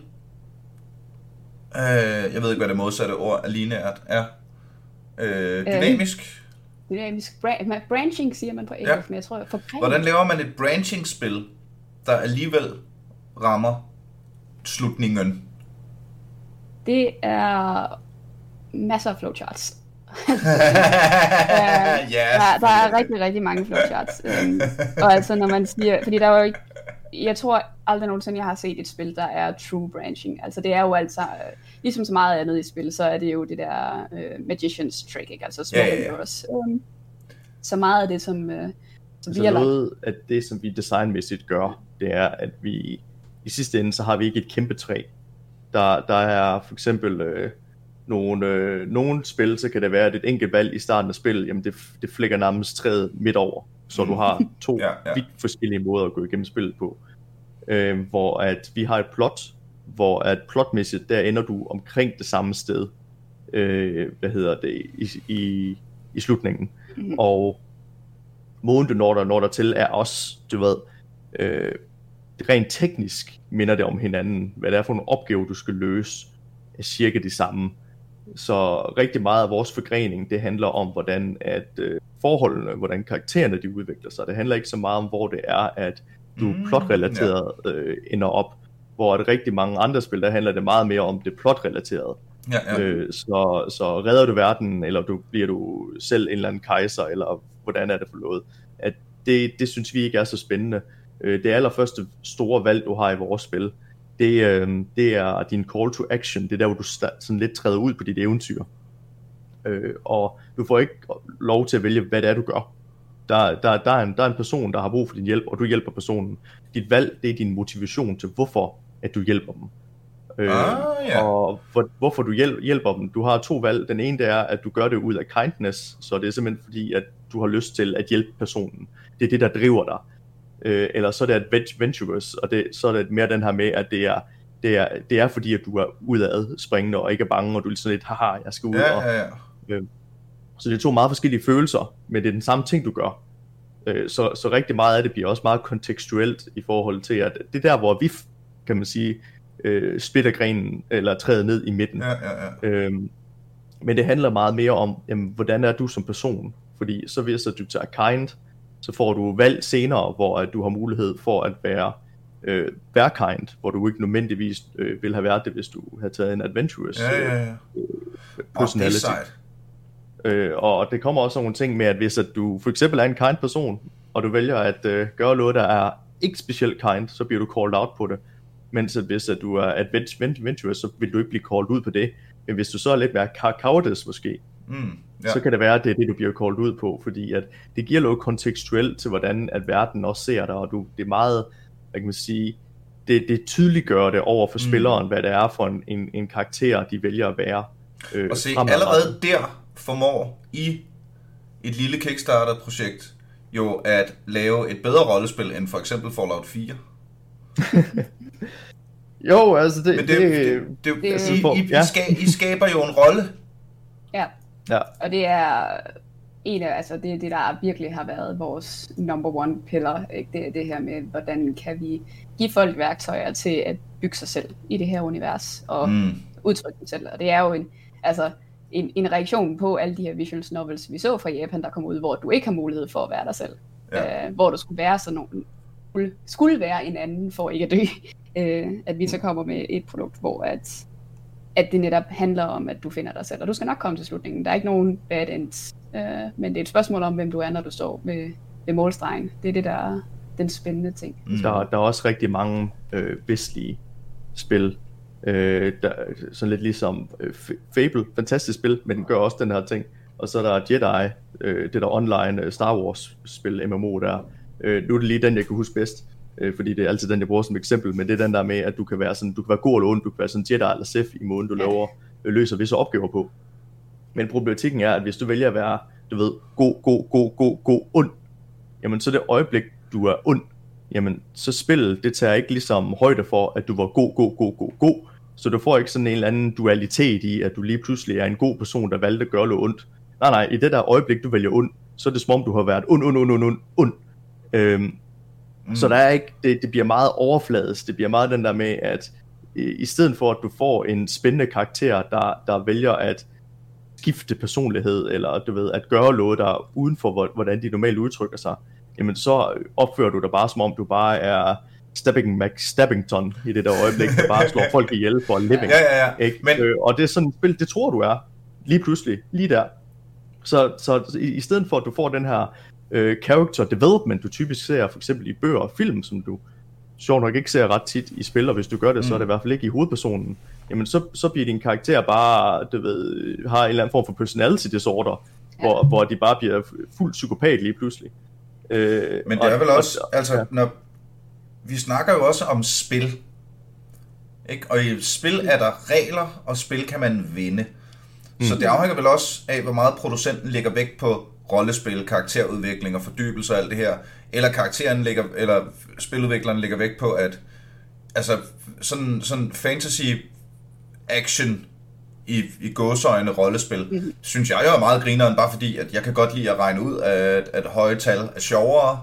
øh, jeg ved ikke, hvad det modsatte ord af lineært er, øh, dynamisk? Øh, dynamisk, bra- branching siger man på engelsk, ja. Men jeg tror, for hvordan laver man et branching-spil, der alligevel rammer slutningen? Det er masser af flowcharts. uh, yes, der, der er rigtig, rigtig mange flowcharts. Um, og altså når man siger, fordi der er jo ikke, jeg tror aldrig nogensinde, jeg har set et spil, der er true branching. Altså det er jo altså, ligesom så meget andet i spil, så er det jo det der uh, magician's trick, ikke? Altså small yeah, yeah. um, så meget af det, som, uh, som så vi har noget af det, som vi designmæssigt gør, det er, at vi i sidste ende, så har vi ikke et kæmpe træ. Der, der er for eksempel øh, nogle, øh, nogle spil, så kan det være, at et enkelt valg i starten af spillet, jamen det, det flækker nærmest træet midt over, så du har to ja, ja. vidt forskellige måder at gå igennem spillet på. Øh, hvor at vi har et plot, hvor at plotmæssigt, der ender du omkring det samme sted, øh, hvad hedder det, i, i, i slutningen. Mm-hmm. Og måden du når der, når der til, er også, du ved, øh, rent teknisk minder det om hinanden. Hvad det er for nogle opgaver, du skal løse, er cirka de samme. Så rigtig meget af vores forgrening, det handler om, hvordan at øh, forholdene, hvordan karaktererne de udvikler sig. Det handler ikke så meget om, hvor det er, at du mm, plotrelateret ja. øh, ender op. Hvor at rigtig mange andre spil, der handler det meget mere om det plotrelaterede. Ja, ja. Øh, så, så redder du verden, eller du, bliver du selv en eller anden kejser, eller hvordan er det for noget. At det, det synes vi ikke er så spændende. Det allerførste store valg, du har i vores spil, det, øh, det er din call to action. Det er der, hvor du sådan lidt træder ud på dit eventyr. Øh, og du får ikke lov til at vælge, hvad det er, du gør. Der, der, der, er en, der er en person, der har brug for din hjælp, og du hjælper personen. Dit valg, det er din motivation til, hvorfor at du hjælper dem. Øh, ah, yeah. Og for, hvorfor du hjælp, hjælper dem. Du har to valg. Den ene, det er, at du gør det ud af kindness, så det er simpelthen fordi, at du har lyst til at hjælpe personen. Det er det, der driver dig. Øh, eller så er det adventurous, og det, så er det mere den her med, at det er, det er, det er fordi, at du er udad springende, og ikke er bange, og du er sådan lidt, haha, jeg skal ud. Ja, og, ja, ja. Øh, så det er to meget forskellige følelser, men det er den samme ting, du gør. Øh, så, så rigtig meget af det bliver også meget kontekstuelt i forhold til, at det er der, hvor vi, kan man sige, øh, splitter grenen, eller træder ned i midten. Ja, ja, ja. Øh, men det handler meget mere om, jamen, hvordan er du som person? Fordi så hvis at du tager kind, så får du valg senere, hvor at du har mulighed for at være øh, være kind, hvor du ikke nødvendigvis øh, ville have været det, hvis du havde taget en adventurous ja, ja, ja. Øh, personality. Oh, øh, og det kommer også nogle ting med, at hvis at du for eksempel er en kind person, og du vælger at øh, gøre noget, der er ikke specielt kind, så bliver du called out på det. Mens at hvis at du er adventurous, så vil du ikke blive called ud på det. Men hvis du så er lidt mere cowardice måske, mm. Ja. Så kan det være, at det er det, du bliver kaldt ud på, fordi at det giver noget kontekstuelt til, hvordan at verden også ser dig, og du, det er meget, hvad kan man sige, det, det tydeliggør det over for mm. spilleren, hvad det er for en, en, en karakter, de vælger at være. Øh, og se, allerede der formår I et lille Kickstarter-projekt jo at lave et bedre rollespil end for eksempel Fallout fire. Jo, altså det... Men det, det, det, det, det altså, I, I, ja. I, ska, I skaber jo en rolle. Ja. ja, og det er en af, altså det, det der virkelig har været vores number one pillar, ikke? Det, det her med, hvordan kan vi give folk værktøjer til at bygge sig selv i det her univers, og mm. udtrykke dem selv. Og det er jo en, altså, en, en reaktion på alle de her visual novels, vi så fra Japan, der kom ud, hvor du ikke har mulighed for at være dig selv. Ja. Øh, hvor du skulle være sådan nogen, skulle, skulle være en anden for ikke at dø. Øh, at vi så kommer med et produkt, hvor at, at det netop handler om, at du finder dig selv. Og du skal nok komme til slutningen. Der er ikke nogen bad ends. Øh, men det er et spørgsmål om, hvem du er, når du står ved, ved målstregen. Det er det, der er den spændende ting. Mm. Der, der er også rigtig mange øh, vestlige spil. Øh, der, sådan lidt ligesom øh, Fable. Fantastisk spil, men den gør også den her ting. Og så er der Jedi, øh, det der online Star Wars spil, M M O der. Øh, nu er det lige den, jeg kan huske bedst. Fordi det er altid den, jeg bruger som eksempel, men det er den der med, at du kan være sådan, du kan være god eller ond, du kan være sådan Jedi eller Sith i måden, du laver, løser visse opgaver på. Men problematikken er, at hvis du vælger at være, du ved, god, god, god, god, god, ond, jamen så det øjeblik, du er ond, jamen så spillet, det tager ikke ligesom højde for, at du var god, god, god, god, god, så du får ikke sådan en eller anden dualitet i, at du lige pludselig er en god person, der valgte at gøre noget ondt. Nej, nej, i det der øjeblik, du vælger ond, så er det som om, du har været ond, ond, ond, ond, ond, ond. Øhm, Mm. Så der er ikke, det, det bliver meget overfladisk. Det bliver meget den der med, at i, i stedet for at du får en spændende karakter, der, der vælger at skifte personlighed, eller du ved, at gøre noget der uden for hvordan de normalt udtrykker sig, jamen så opfører du dig bare som om du bare er Stabbing McStabbington i det der øjeblik, der bare slår folk ihjel for living. Ja, ja, ja. Ikke? Men... Øh, og det er sådan et spil, det tror du er lige pludselig, lige der. Så, så i, i stedet for at du får den her Uh, character development, du typisk ser for eksempel i bøger og film, som du sjovt nok ikke ser ret tit i spil, og hvis du gør det, mm. så er det i hvert fald ikke i hovedpersonen, jamen så, så bliver din karakter bare, du ved, har en eller anden form for personality disorder, ja. hvor, hvor de bare bliver fuldt psykopat lige pludselig. Uh, Men det er og, vel også, og, altså, ja. når vi snakker jo også om spil, ikke? Og i spil er der regler, og spil kan man vinde. Mm. Så det afhænger vel også af, hvor meget producenten lægger vægt på rollespil, karakterudvikling og fordybelse og alt det her, eller karakteren ligger, eller spiludvikleren lægger vægt på, at altså sådan, sådan fantasy action i, i gåseøjne rollespil, mm. synes jeg jo er meget grineren, bare fordi, at jeg kan godt lide at regne ud, at, at høje tal er sjovere,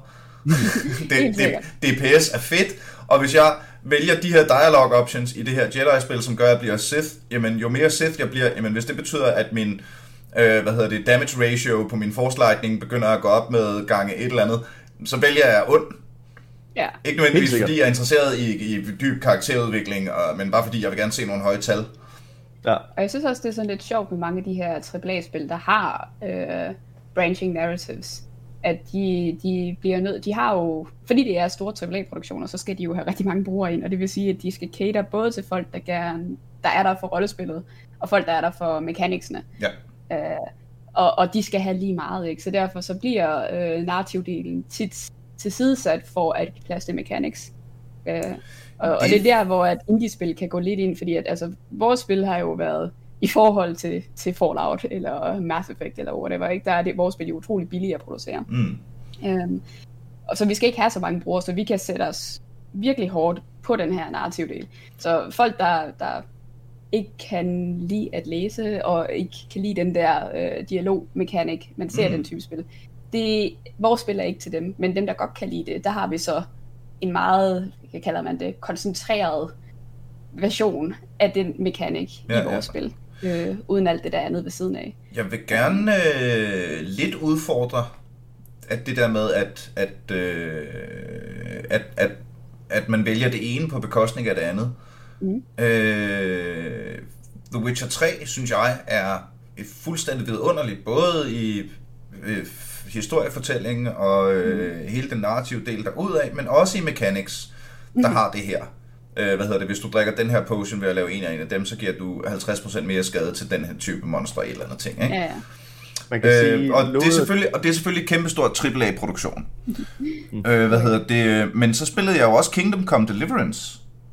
det, det, D P S er fedt, og hvis jeg vælger de her dialogue options i det her Jedi-spil, som gør, at jeg bliver Sith, jamen jo mere Sith jeg bliver, jamen hvis det betyder, at min Øh, hvad hedder det, damage ratio på min force lightning begynder at gå op med gange et eller andet, så vælger jeg ond. Ja. Ikke nødvendigvis fordi jeg er interesseret i, i dyb karakterudvikling, og, men bare fordi jeg vil gerne se nogle høje tal. Ja. Og jeg synes også, det er sådan lidt sjovt med mange af de her triple A-spil, der har øh, branching narratives, at de, de bliver nødt, de har jo, fordi det er store triple A-produktioner, så skal de jo have rigtig mange brugere ind, og det vil sige, at de skal cater både til folk, der gerne, der er der for rollespillet, og folk, der er der for mechanicsene. Ja. Uh, og, og de skal have lige meget, ikke? Så derfor så bliver uh, narrativdelen tit tilsidesat for at give plads til mechanics. Uh, og, det... og det er der, hvor at indie-spil kan gå lidt ind, fordi at, altså, vores spil har jo været i forhold til, til Fallout eller Mass Effect eller whatever, ikke? Der er det, vores spil er utrolig billige at producere. Mm. Um, og så vi skal ikke have så mange brugere, så vi kan sætte os virkelig hårdt på den her narrativdel. Så folk, der, der ikke kan lide at læse, og ikke kan lide den der øh, dialogmekanik, man ser mm. den type spil. Det, vores spil er ikke til dem, men dem, der godt kan lide det, der har vi så en meget, hvad kalder man det, koncentreret version af den mekanik ja, i vores ja. spil, øh, uden alt det der andet ved siden af. Jeg vil gerne øh, lidt udfordre at det der med, at, at, øh, at, at, at man vælger det ene på bekostning af det andet. Mm. Øh, The Witcher tre, synes jeg, er fuldstændig vidunderligt, både i øh, historiefortælling og øh, mm. hele den narrative del derudaf, men også i mechanics, der mm. har det her. Øh, hvad hedder det? Hvis du drikker den her potion ved at lave en af en af dem, så giver du halvtreds procent mere skade til den her type monster eller andet ting, ikke? Ja, ja. Man kan øh, sige, og, det er selvfølgelig, og det er selvfølgelig et kæmpestort triple A-produktion. mm. øh, hvad hedder det? Men så spillede jeg jo også Kingdom Come Deliverance,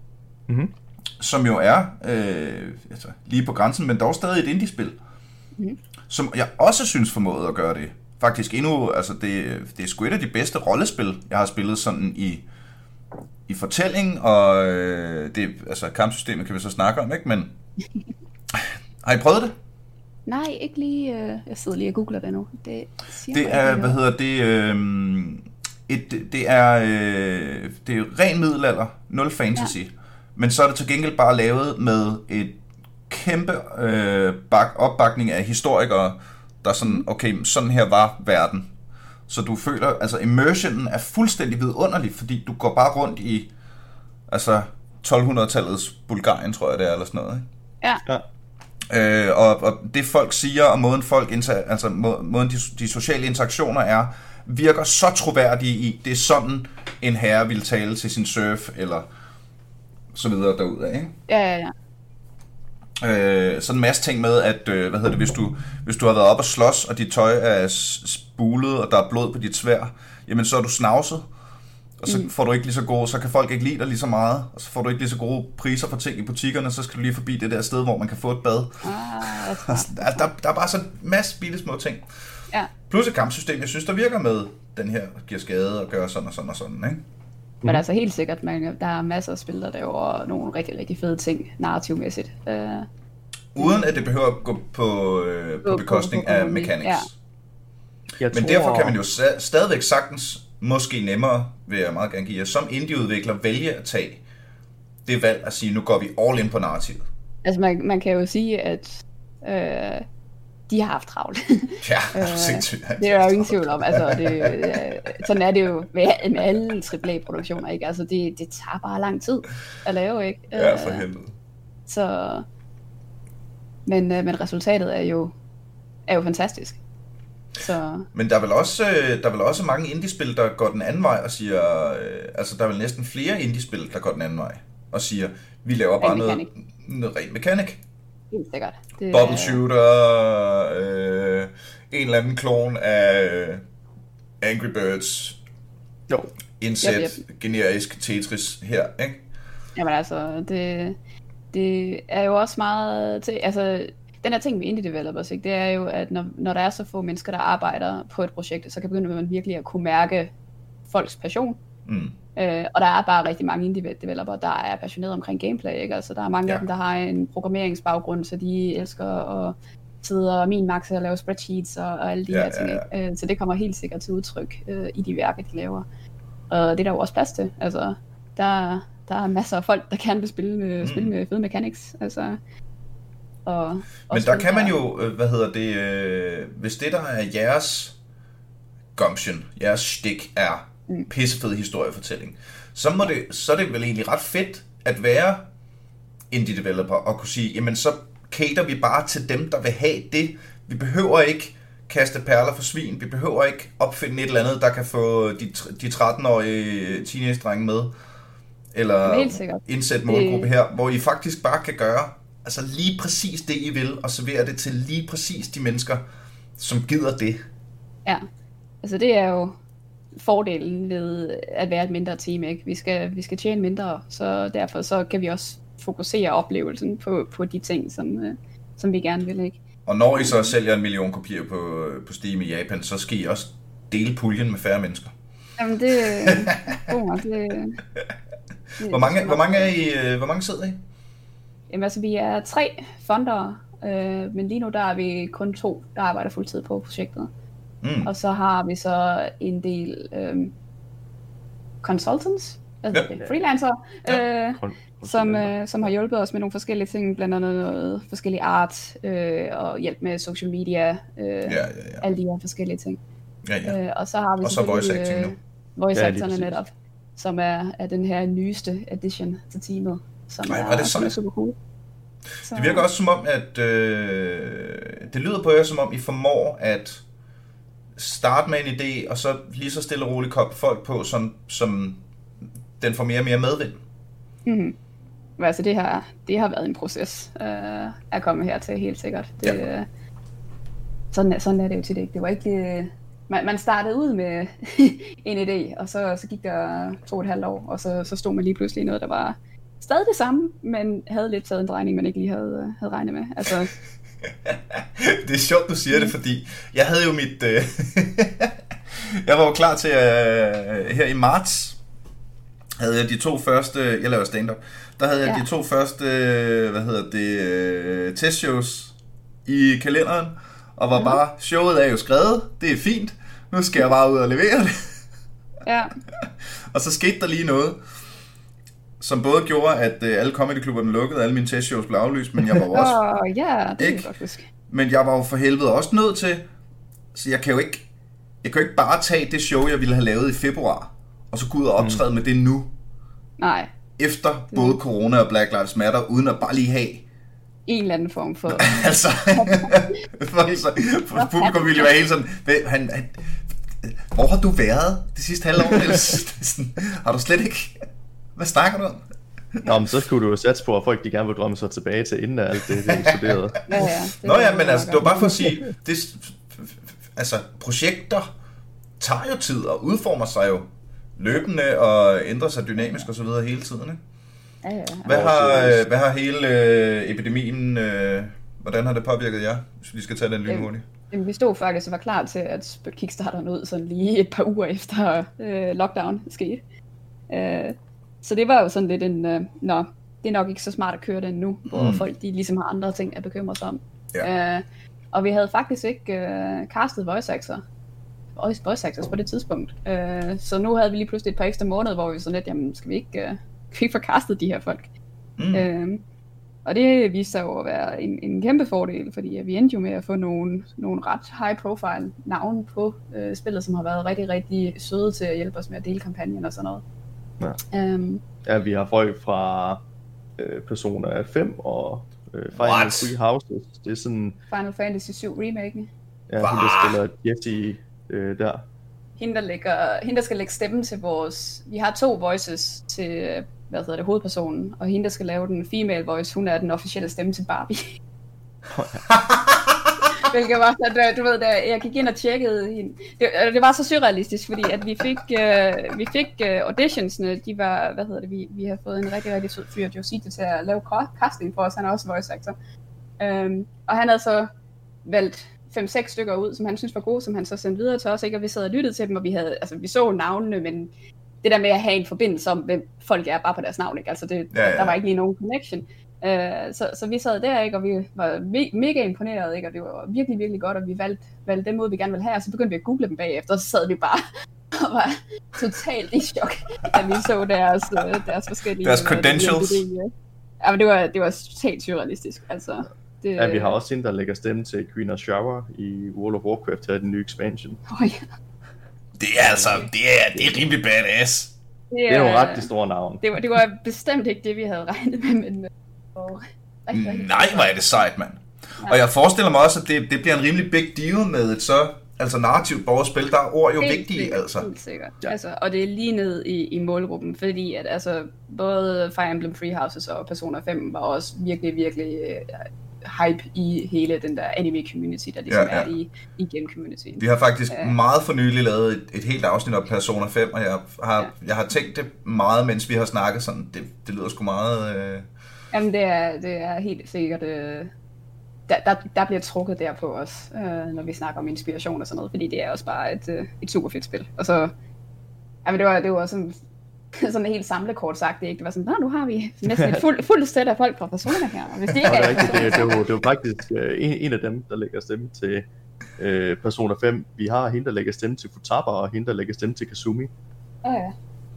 Mm-hmm. som jo er øh, altså, lige på grænsen, men dog stadig et indie-spil, mm-hmm. som jeg også synes formåede at gøre det. Faktisk endnu, altså det, det er sgu et af de bedste rollespil, jeg har spillet sådan i, i fortælling, og øh, det, altså kampsystemet kan vi så snakke om, ikke? Men har I prøvet det? Nej, ikke lige. Øh, jeg sidder lige og googler det nu. Det, det er, hvad hedder det, øh, et, det er, øh, det er ren middelalder, nul fantasy, ja. Men så er det til gengæld bare lavet med et kæmpe øh, bak, opbakning af historikere, der sådan, okay, sådan her var verden. Så du føler, altså immersionen er fuldstændig vidunderlig, fordi du går bare rundt i, altså tolv-hundrede-tallets Bulgarien, tror jeg det er, eller sådan noget, ikke? Ja. Ja. Øh, og, og det folk siger, og måden folk inter, altså må, måden de, de sociale interaktioner er, virker så troværdige i, det er sådan en herre ville tale til sin surf, eller så videre derudad, ikke? Ja, ja, ja. Øh, sådan en masse ting med, at øh, hvad hedder det, hvis du, hvis du har været op og slås, og dit tøj er spulet, og der er blod på dit sværd, jamen så er du snavset, og så mm. får du ikke lige så gode, så kan folk ikke lide dig lige så meget, og så får du ikke lige så gode priser for ting i butikkerne, så skal du lige forbi det der sted, hvor man kan få et bad. Ah, altså, der, der, der er bare sådan en masse bitte små ting. Ja. Plus et kampsystem, jeg synes, der virker med den her, giver skade og gør sådan og sådan og sådan, ikke? Men mm. altså helt sikkert, man, der er masser af spil, der laver nogle rigtig, rigtig fede ting, narrativmæssigt. Uh, Uden at det behøver at gå på, øh, på bekostning på, på, på, af mechanics. Ja. Men tror... derfor kan man jo st- stadigvæk sagtens, måske nemmere, vil jeg meget gerne give jer, som indieudvikler vælge at tage det valg at sige, nu går vi all in på narrativet. Altså man, man kan jo sige, at øh, de har haft travlt. Ja, øh, sindssygt. Det er jo ingen tvivl om. Altså, det, øh, sådan er det jo med, med alle triple A-produktioner, ikke? Altså, det, det tager bare lang tid at lave, ikke? Ja, for helvede. Så, men, øh, men resultatet er jo, er jo fantastisk. Så... Men der er vel også, der er vel også mange indie-spil, der går den anden vej og siger, øh, altså der er vel næsten flere indie-spil, der går den anden vej og siger, vi laver bare noget, noget rent mekanik. Helt sikkert. Det... Bubble shooter, øh, en eller anden klon af Angry Birds, jo. indsæt yep, yep. generisk Tetris her, ikke? Jamen altså, det, det er jo også meget til, altså den her ting med indie developers, ikke, det er jo, at når, når der er så få mennesker, der arbejder på et projekt, så kan begynde man virkelig at kunne mærke folks passion. Mm. Øh, og der er bare rigtig mange indie developere, der er passionerede omkring gameplay, ikke? Altså, der er mange ja. af dem, der har en programmeringsbaggrund, så de elsker at sidde og min max og lave spreadsheets og, og alle de ja, her ting. Ja, ja. Øh, så det kommer helt sikkert til udtryk øh, i de værker, de laver. Og det er der jo også plads til. Altså, der, der er masser af folk, der gerne vil spille med, mm. spille med fede mechanics. Altså, og men der kan man jo, hvad hedder det, øh, hvis det der er jeres gumption, jeres stik er mm. pissefed historiefortælling, så, må det, så er det vel egentlig ret fedt at være indie developer og kunne sige, jamen så cater vi bare til dem, der vil have det. Vi behøver ikke kaste perler for svin, vi behøver ikke opfinde et eller andet, der kan få de, de tretten-årige teenage-drenge med, eller indsætte målgruppe her, hvor I faktisk bare kan gøre altså lige præcis det, I vil, og servere det til lige præcis de mennesker, som gider det. Ja, altså det er jo fordelen ved at være et mindre team, ikke? Vi skal, vi skal tjene mindre, så derfor så kan vi også fokusere oplevelsen på, på de ting, som, øh, som vi gerne vil, ikke? Og når I så sælger en million kopier på, på Steam i Japan, så skal I også dele puljen med færre mennesker. Jamen det... oh, det, det hvor, mange, hvor, mange er I, hvor mange sidder I? Jamen altså, vi er tre fondere, øh, men lige nu der er vi kun to, der arbejder fuldtid på projektet. Mm. Og så har vi så en del øh, consultants, altså ja. freelancer, ja. øh, som, øh, som har hjulpet os med nogle forskellige ting, blandt andet noget forskellig art øh, og hjælp med social media, øh, ja, ja, ja. alle de her forskellige ting. Ja, ja. Øh, og så har vi og så voice acting nu. Voice acterne netop, som er, er den her nyeste addition til teamet, som Nej, er, er, det som er super cool. Så... Det virker også som om, at øh, det lyder på jer som om, I formår at starte med en idé, og så lige så stille og roligt koble folk på, som, som den får mere og mere medvind. Mm-hmm. Altså det har, det har været en proces øh, at komme hertil, helt sikkert. Det, ja. øh, sådan, sådan er det jo til det ikke. Det var ikke øh, man, man startede ud med en idé, og så, så gik der to og et halvt år, og så, så stod man lige pludselig noget, der var stadig det samme, men havde lidt taget en drejning, man ikke lige havde, havde regnet med. Altså... Det er sjovt, du siger det, fordi jeg havde jo mit... Øh... jeg var jo klar til, øh, her i marts, havde jeg de to første... Jeg laver stand-up. Der havde jeg ja. de to første, hvad hedder det, øh, testshows i kalenderen, og var mm. bare, showet er jo skrevet, det er fint, nu skal jeg bare ud og levere det. Ja. Og så skete der lige noget, som både gjorde, at øh, alle comedyklubberne lukkede, alle mine testshows blev aflyst, men jeg var jo også... Åh, oh, ja, det er godt huske. Men jeg var jo for helvede også nødt til, så jeg kan jo ikke, jeg kan jo ikke bare tage det show, jeg ville have lavet i februar, og så gå ud og optræde mm. med det nu. Nej. Efter både corona og Black Lives Matter, uden at bare lige have en eller anden form for... altså, for, så, for publikum ville jo være helt sådan, han, han, hvor har du været det sidste halve år? Sådan, har du slet ikke... Hvad snakker du om? Nå, men så skulle du jo satse på, at folk de gerne vil drømme sig tilbage til, inden alt det, det eksploderede. Ja, ja. Det Nå ja, men altså, det var bare for at sige, det, altså, projekter tager jo tid og udformer sig jo løbende og ændrer sig dynamisk og så videre hele tiden, ikke? Ja, ja. Hvad har, hvad har hele øh, epidemien, øh, hvordan har det påvirket jer, hvis vi skal tage den lynhurtigt? Jamen, vi stod faktisk og var klar til at spytte Kickstarteren ud sådan lige et par uger efter øh, lockdown skete. Øh, så det var jo sådan lidt en, øh, nå, det er nok ikke så smart at køre den nu, hvor mm. folk de ligesom har andre ting at bekymre sig om. Ja. Øh, og vi havde faktisk ikke øh, castet voice actor, voice actors på det tidspunkt. Øh, så nu havde vi lige pludselig et par ekstra måneder, hvor vi sådan lidt, jamen skal vi ikke, øh, kan vi ikke få castet de her folk? Mm. Øh, og det viste sig jo at være en, en kæmpe fordel, fordi vi endte jo med at få nogle, nogle ret high profile navne på øh, spillet, som har været rigtig, rigtig søde til at hjælpe os med at dele kampagnen og sådan noget. Ja, um, ja vi har folk fra øh, Persona fem og øh, Final Three Houses. Det er sådan... Final Fantasy syv remaken. Ja, hende der spiller Jessie øh, der. Hende der, lægger, hende der skal lægge stemmen til vores... Vi har to voices til, hvad hedder det, hovedpersonen, og hende der skal lave den female voice, hun er den officielle stemme til Barbie. Hvilket var så, du ved, da jeg gik ind og tjekkede hende. Det, det var så surrealistisk, fordi at vi fik, uh, vi fik uh, auditionsne, de var, hvad hedder det, vi, vi har fået en rigtig, rigtig sød fyr, Josito, til at lave casting for os, han er også voice actor. Um, og han havde så valgt fem seks stykker ud, som han synes var gode, som han så sendte videre til os, ikke? Og vi sad og lyttede til dem, og vi havde, altså vi så navnene, men det der med at have en forbindelse om, hvem folk er bare på deres navn, ikke? Altså det, ja, ja. Der var ikke lige nogen connection. Uh, så, så vi sad der, ikke, og vi var me- mega imponeret, ikke, og det var virkelig, virkelig godt, og vi valgte, valgte dem ud, vi gerne ville have, og så begyndte vi at google dem bagefter, og så sad vi bare og var totalt i chok, da vi så deres, deres forskellige... Deres credentials. Ja, men det var, det var totalt surrealistisk, altså... Det... Ja, vi har også en, der lægger stemme til Queen of Shower i World of Warcraft til den nye expansion. Oh, ja. Det er altså, det er, det er rimelig badass. Det er, det er jo ret de store navn. Det var, det var bestemt ikke det, vi havde regnet med, men... Oh, rigtig, rigtig Nej, hvor er det sejt, mand. Ja. Og jeg forestiller mig også, at det, det bliver en rimelig big deal med et så altså narrativt borgerspil. Der er ord jo helt vigtige, sikkert, altså. Helt sikkert. Ja. Altså, og det er lige ned i, i målgruppen, fordi at altså, både Fire Emblem Three Houses og Persona fem var også virkelig, virkelig uh, hype i hele den der anime-community, der ligesom ja, ja. er i, i game-communityen. Vi har faktisk uh, meget for nylig lavet et, et helt afsnit af Persona fem, og jeg har, ja. jeg har tænkt det meget, mens vi har snakket sådan. Det, det lyder sgu meget... Uh... Jamen, det er, det er helt sikkert... Øh, der, der, der bliver trukket der på os, øh, når vi snakker om inspiration og sådan noget, fordi det er også bare et, øh, et super fedt spil. Og så... Jamen, det var, det var sådan, sådan helt samlekort sagt, det, ikke? Det var sådan, nu har vi næsten et fuldt fuld sæt af folk fra Persona her. Og hvis de ikke ja, er, det, er det, det, var, det var faktisk øh, en, en af dem, der lægger stemme til øh, Persona fem. Vi har hende, der lægger stemme til Futaba, og hende, der lægger stemme til Kazumi. Oh, ja.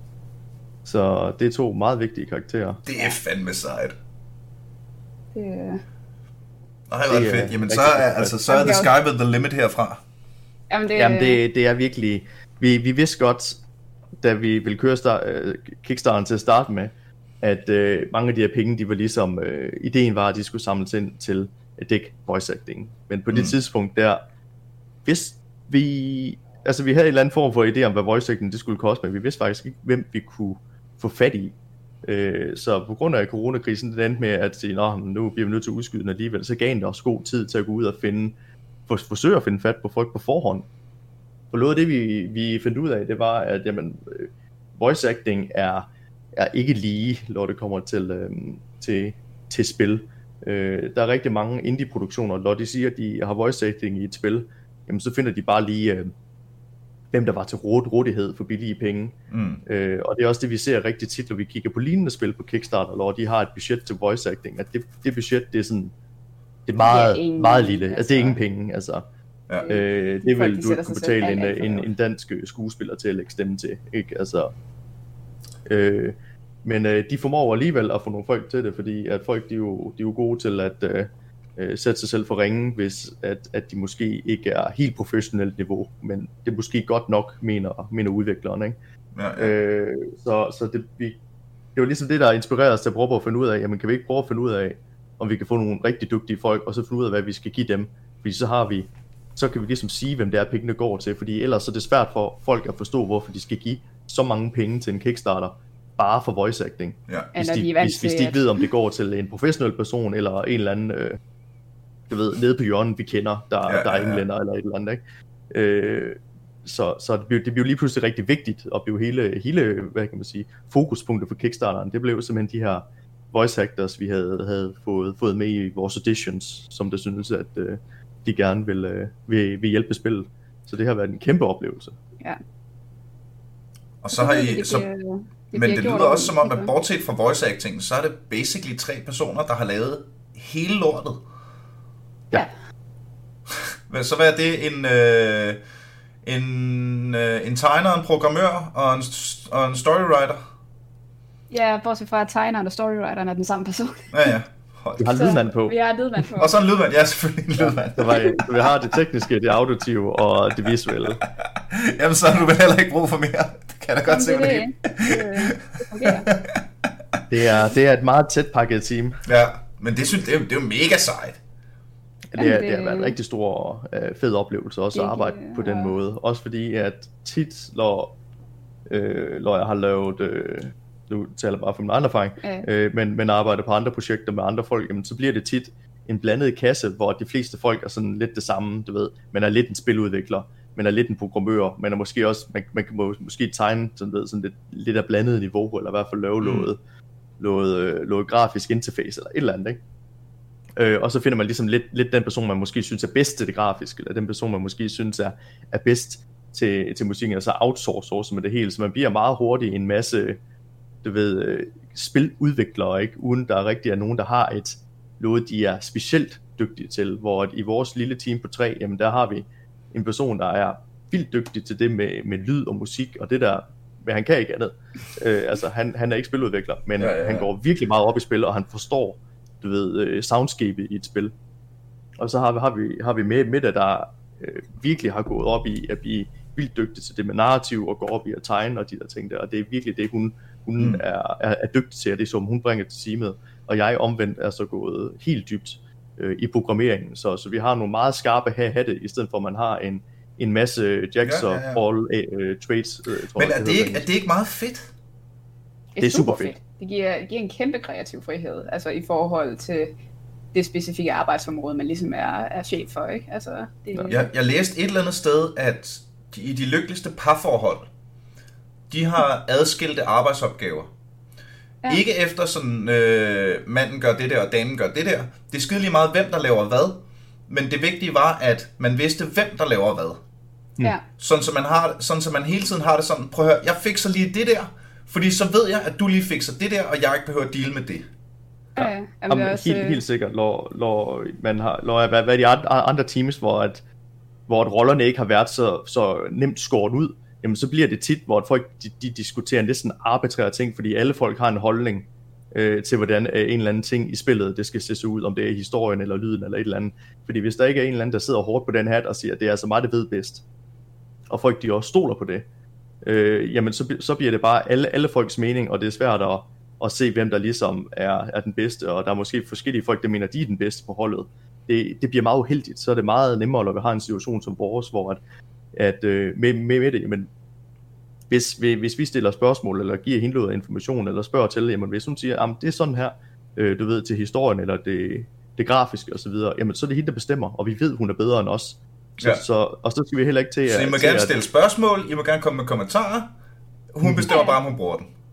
Så det er to meget vigtige karakterer. Det er fandme sejt. Det er... Nej, det er fedt. Jamen, så er, altså, så er the sky with the limit herfra. Jamen, det, Jamen, det, det er virkelig... Vi, vi vidste godt, da vi ville køre start, uh, Kickstarteren til at starte med, at uh, mange af de her penge, de var ligesom... Uh, ideen var, at de skulle samles ind til at dække voice acting. Men på mm. det tidspunkt der, hvis vi... Altså, vi havde en eller anden form for idé om, hvad voice acting det skulle koste, men vi vidste faktisk ikke, hvem vi kunne få fat i. Så på grund af coronakrisen, det endte med at sige, nå, nu bliver vi nødt til at udskyde den alligevel, så gav det også god tid til at gå ud og finde, for, forsøge at finde fat på folk på forhånd. For noget af det, vi, vi fandt ud af, det var, at jamen, voice acting er, er ikke lige, når det kommer til, øh, til, til spil. Øh, der er rigtig mange indie-produktioner, når de siger, at de har voice acting i et spil, jamen så finder de bare lige, øh, hvem der var til råd, rådighed for billige penge. Mm. Øh, og det er også det, vi ser rigtig tit, når vi kigger på lignende spil på Kickstarter, hvor de har et budget til voice acting, at det, det budget, det er sådan, det er meget, det er meget lille, altså, altså det er ingen penge, altså. Ja. Øh, det vil du ikke kunne betale en, en, en dansk skuespiller til at lægge stemme til, ikke? Altså, øh, men øh, de formår alligevel at få nogle folk til det, fordi at folk de er, jo, de er jo gode til at øh, sætte sig selv for ringen, hvis at, at de måske ikke er helt professionelt niveau, men det er måske godt nok, mener, mener udvikleren, ikke? Ja, ja. Øh, så så det, vi, det er jo ligesom det, der inspirerer os til at prøve at finde ud af, jamen kan vi ikke prøve at finde ud af, om vi kan få nogle rigtig dygtige folk, og så finde ud af, hvad vi skal give dem, fordi så har vi så kan vi ligesom sige, hvem det er, pengene går til, fordi ellers så er det svært for folk at forstå, hvorfor de skal give så mange penge til en Kickstarter, bare for voice acting. Ja. Hvis, de, hvis, hvis de ikke ved, om det går til en professionel person, eller en eller anden, øh, du ved, nede på hjørnet, vi kender, der, ja, der er englænder ja, ja. eller et eller andet, ikke? Øh, så så det, blev, det blev lige pludselig rigtig vigtigt, og blev hele, hele, hvad kan man sige, fokuspunktet for Kickstarteren, det blev simpelthen de her voice actors, vi havde, havde fået, fået med i vores auditions, som det synes, at øh, de gerne vil, øh, vil, vil hjælpe spillet. Så det har været en kæmpe oplevelse. Ja. Og så har I... Så, det men det lyder også som om, at bortset fra voice acting, så er det basically tre personer, der har lavet hele lortet. Ja. Så hvad er det? En, øh, en, øh, en tegner, en programmør og en, og en storywriter? Ja, bortset fra at tegneren og storywriteren er den samme person. Ja, ja. Vi har en lydmand på. Vi har en lydmand på. Og så en lydmand, ja, selvfølgelig en lydmand. Så, var, så vi har det tekniske, det auditive og det visuelle. Jamen, så har du vel heller ikke brug for mere. Det kan jeg da godt se på det. Det, det fungerer. Det er, det er et meget tæt pakket team. Ja, men det, synes, det, er, det er jo mega sejt. Det, er, det har været en rigtig stor, øh, fed oplevelse også at arbejde på den måde. Også fordi, at tit, når, øh, når jeg har lavet... Øh, nu taler bare fra min andre erfaring, ja. øh, men, men arbejder på andre projekter med andre folk, jamen, så bliver det tit en blandet kasse, hvor de fleste folk er sådan lidt det samme, du ved, man er lidt en spiludvikler, man er lidt en programmør, man er måske også, man, man kan må, måske tegne sådan, ved, sådan lidt, lidt af blandet niveau, eller i hvert fald lave mm. noget, noget, øh, noget grafisk interface, eller et eller andet, ikke? Øh, og så finder man ligesom lidt, lidt den person, man måske synes er bedst til det grafiske, eller den person, man måske synes er, er bedst til, til musikken, og så outsourcer med det hele, så man bliver meget hurtigt en masse du ved, spiludviklere, ikke? Uden der rigtig er nogen, der har et noget, de er specielt dygtige til, hvor i vores lille team på tre, jamen der har vi en person, der er vildt dygtig til det med, med lyd og musik, og det der, men han kan ikke andet. Øh, altså, han, han er ikke spiludvikler, men ja, ja, ja. han går virkelig meget op i spil, og han forstår, du ved, soundscape i et spil. Og så har vi, har vi, har vi med, med der øh, virkelig har gået op i at blive vildt dygtig til det med narrativ, og går op i at tegne og de der ting der, og det er virkelig det, hun hun mm. er, er, er dygtig til, og det som hun bringer til teamet, og jeg omvendt er så gået helt dybt øh, i programmeringen, så, så vi har nogle meget skarpe hatte, i stedet for at man har en, en masse jacks ja, ja, ja. og all uh, trades. Øh, tror Men jeg, er, det ikke, er det ikke meget fedt? Det er super fedt. Det giver, det giver en kæmpe kreativ frihed, altså i forhold til det specifikke arbejdsområde, man ligesom er, er chef for, ikke? Altså, det... jeg, jeg læste et eller andet sted, at de, i de lykkeligste parforhold, de har adskilte arbejdsopgaver. Ja. Ikke efter sådan, øh, manden gør det der, og damen gør det der. Det er skide lige meget, hvem der laver hvad. Men det vigtige var, at man vidste, hvem der laver hvad. Ja. Sådan, så man har, sådan, så man hele tiden har det sådan, prøv at høre, jeg fikser lige det der, fordi så ved jeg, at du lige fikser det der, og jeg ikke behøver at deale med det. Ja, ja. Jamen, Jamen, også... helt, helt sikkert, når, når man har, når, hvad, hvad de andre teams, hvor, at, hvor at rollerne ikke har været så, så nemt skåret ud, jamen så bliver det tit, hvor folk de, de diskuterer en lidt sådan arbitrære ting, fordi alle folk har en holdning øh, til, hvordan øh, en eller anden ting i spillet, det skal se ud, om det er historien eller lyden eller et eller andet. Fordi hvis der ikke er en eller anden, der sidder hårdt på den hat og siger, at det er altså mig, der ved bedst, og folk de også stoler på det, øh, jamen så, så bliver det bare alle, alle folks mening, og det er svært at, at se, hvem der ligesom er, er den bedste, og der er måske forskellige folk, der mener, de er den bedste på holdet. Det, det bliver meget uheldigt, så er det meget nemmere, når vi har en situation som vores, hvor at at øh, med, med, med det, jamen, hvis, hvis vi stiller spørgsmål, eller giver hende noget information, eller spørger til, jamen hvis hun siger, jamen det er sådan her, øh, du ved, til historien, eller det, det grafiske osv., jamen så er det hende, der bestemmer, og vi ved, hun er bedre end os. Så, ja. så, og så skal vi heller ikke til at... Så I må til gerne at, stille spørgsmål, I må gerne komme med kommentarer, hun bestemmer bare, om hun bruger den.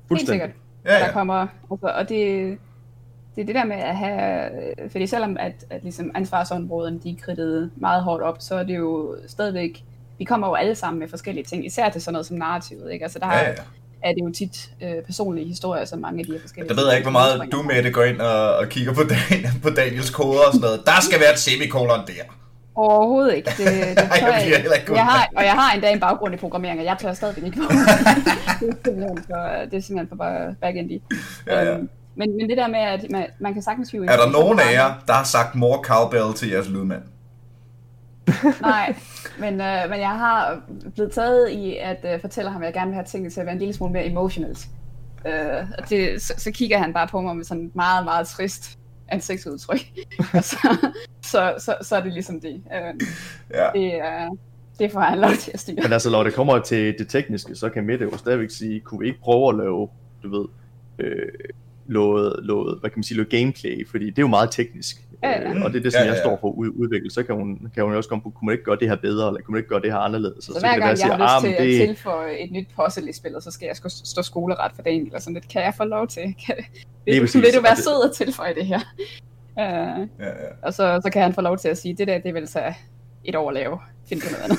Helt sikkert. Ja, ja. Der kommer, altså, og det, det er det der med at have, fordi selvom at, at ligesom ansvarsområden, de er kridtet meget hårdt op, så er det jo stadigvæk, vi kommer jo alle sammen med forskellige ting, især til sådan noget som narrativet, ikke? Altså der Ja, ja. er det jo tit øh, personlige historier, som mange af de her forskellige... Der ved jeg ikke, hvor meget du med det går ind og, og kigger på, Dan, på Daniels koder og sådan noget. Der skal være et semikolon der. Overhovedet ikke. Det, det tør jeg jeg, jeg ikke. jeg har, og jeg har endda en baggrund i programmering, og jeg tør stadigvæk ikke. det er simpelthen for, det er simpelthen for bare back-endy. Ja, ja. Um, men, men det der med, at man, man kan sagtens hive... Er der nogen af jer, der har sagt more cowbell til jeres lydmand? Nej, men, øh, men jeg har blevet taget i at øh, fortælle ham, at jeg gerne vil have tingene til at være en lille smule mere emotionelt. Øh, og det, så, så kigger han bare på mig med sådan et meget, meget trist ansigtsudtryk. og så, så, så, så er det ligesom det. Øh, Ja. det, øh, det får han lov til at styre. Men altså, når det kommer til det tekniske, så kan Mette jo stadigvæk sige, kunne vi ikke prøve at lave, du ved, øh, noget, noget, hvad kan man sige, noget gameplay, fordi det er jo meget teknisk, Ja, ja. øh, og det er det, som Ja, ja, jeg ja. står for at udvikle. Så kan hun, kan hun jo også komme på, kunne man ikke gøre det her bedre, eller kunne man ikke gøre det her anderledes? Så, så hver kan det gang være, jeg har lyst siger, til det... at tilføje et nyt puzzle i spillet, så skal jeg sgu stå skoleret for dagen, eller sådan lidt. Kan jeg få lov til? Kan, vil, præcis, vil du være og det- sød at tilføje det her? Uh, Ja, ja. og så, så kan han få lov til at sige, det der, det vil tage et år at lave. Find på noget andet.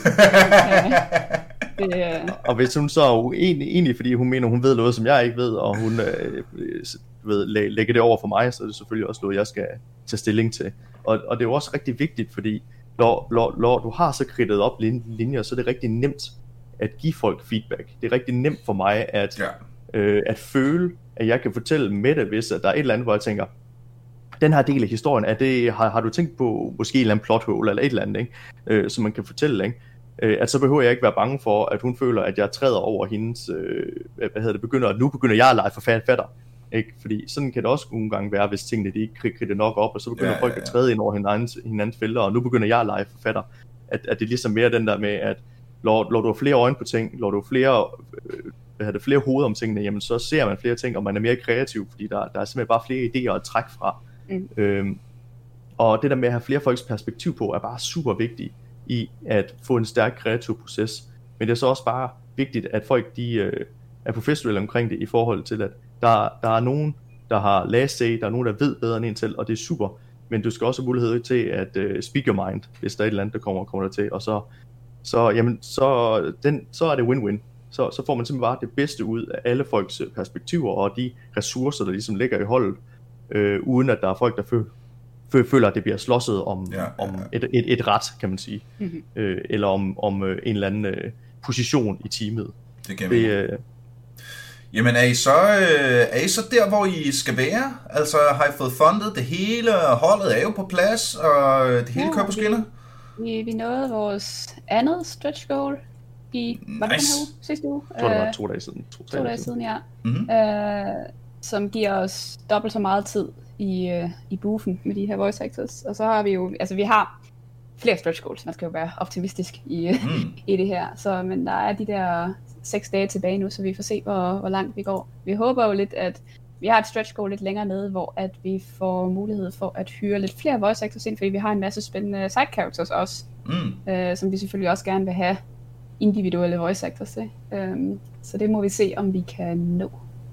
det, uh, Og hvis hun så er uenig, egentlig fordi hun mener, hun ved noget, som jeg ikke ved, og hun øh, ved, læ- lægger det over for mig, så er det selvfølgelig også noget, jeg skal tage stilling til. Og, og det er jo også rigtig vigtigt, fordi når, når, når du har så kridtet op lin- linjer, så er det rigtig nemt at give folk feedback. Det er rigtig nemt for mig at, Ja. øh, at føle, at jeg kan fortælle med det, hvis at der er et eller andet, hvor jeg tænker, den her del af historien, er det, har, har du tænkt på måske en eller anden plot hole, eller et eller andet, ikke? Øh, som man kan fortælle, ikke? Øh, at så behøver jeg ikke være bange for, at hun føler, at jeg træder over hendes, øh, hvad hedder det, begynder, at nu begynder jeg at lege forfatter, ikke? Fordi sådan kan det også nogle gange være, hvis tingene de ikke kridter nok op, og så begynder Ja, ja, folk ja. at træde ind over hinandens, hinandens felter, og nu begynder jeg at lege forfatter. At, at det er ligesom mere den der med, at når, når du har flere øjne på ting, når du har flere, øh, hvad hedder det, flere hoveder om tingene, jamen så ser man flere ting, og man er mere kreativ, fordi der, der er simpelthen bare flere idéer at trække fra. Mm. Øhm, og det der med at have flere folks perspektiv på, er bare super vigtigt i at få en stærk kreativ proces. Men det er så også bare vigtigt, at folk de, øh, er professionelle omkring det, i forhold til, at der, der er nogen, der har last say, der er nogen, der ved bedre end en selv, og det er super. Men du skal også have mulighed til at øh, speak your mind, hvis der er et eller andet, der kommer, kommer der til, og så, så, jamen, så, den, så er det win-win. Så, så får man simpelthen bare det bedste ud af alle folks perspektiver, og de ressourcer, der ligesom ligger i holdet, øh, uden at der er folk, der føler, føler, at det bliver slåsset om, Ja, ja, ja. om et, et, et ret, kan man sige. Mhm. Øh, eller om, om øh, en eller anden øh, position i teamet. Det kan Det, vi. øh, Jamen er I, så, øh, er I så der, hvor I skal være? Altså har I fået fundet det hele, og holdet er jo på plads, og det hele Ja, kører på skinner? vi, vi nåede vores andet stretch goal i, var det den Nice. her uge? Sidste uge? jeg tror, det var Øh, to dage siden. To, to dage siden, ja. Mm-hmm. Øh, som giver os dobbelt så meget tid i, øh, i boofen med de her voice actors. Og så har vi jo, altså vi har flere stretch goals, man skal jo være optimistisk i, Mm. i det her. Så, men der er de der seks dage tilbage nu, så vi får se, hvor, hvor langt vi går. Vi håber jo lidt, at vi har et stretch goal lidt længere nede, hvor at vi får mulighed for at hyre lidt flere voice actors ind, fordi vi har en masse spændende side characters også, Mm. øh, som vi selvfølgelig også gerne vil have individuelle voice actors til. Um, så det må vi se, om vi kan nå.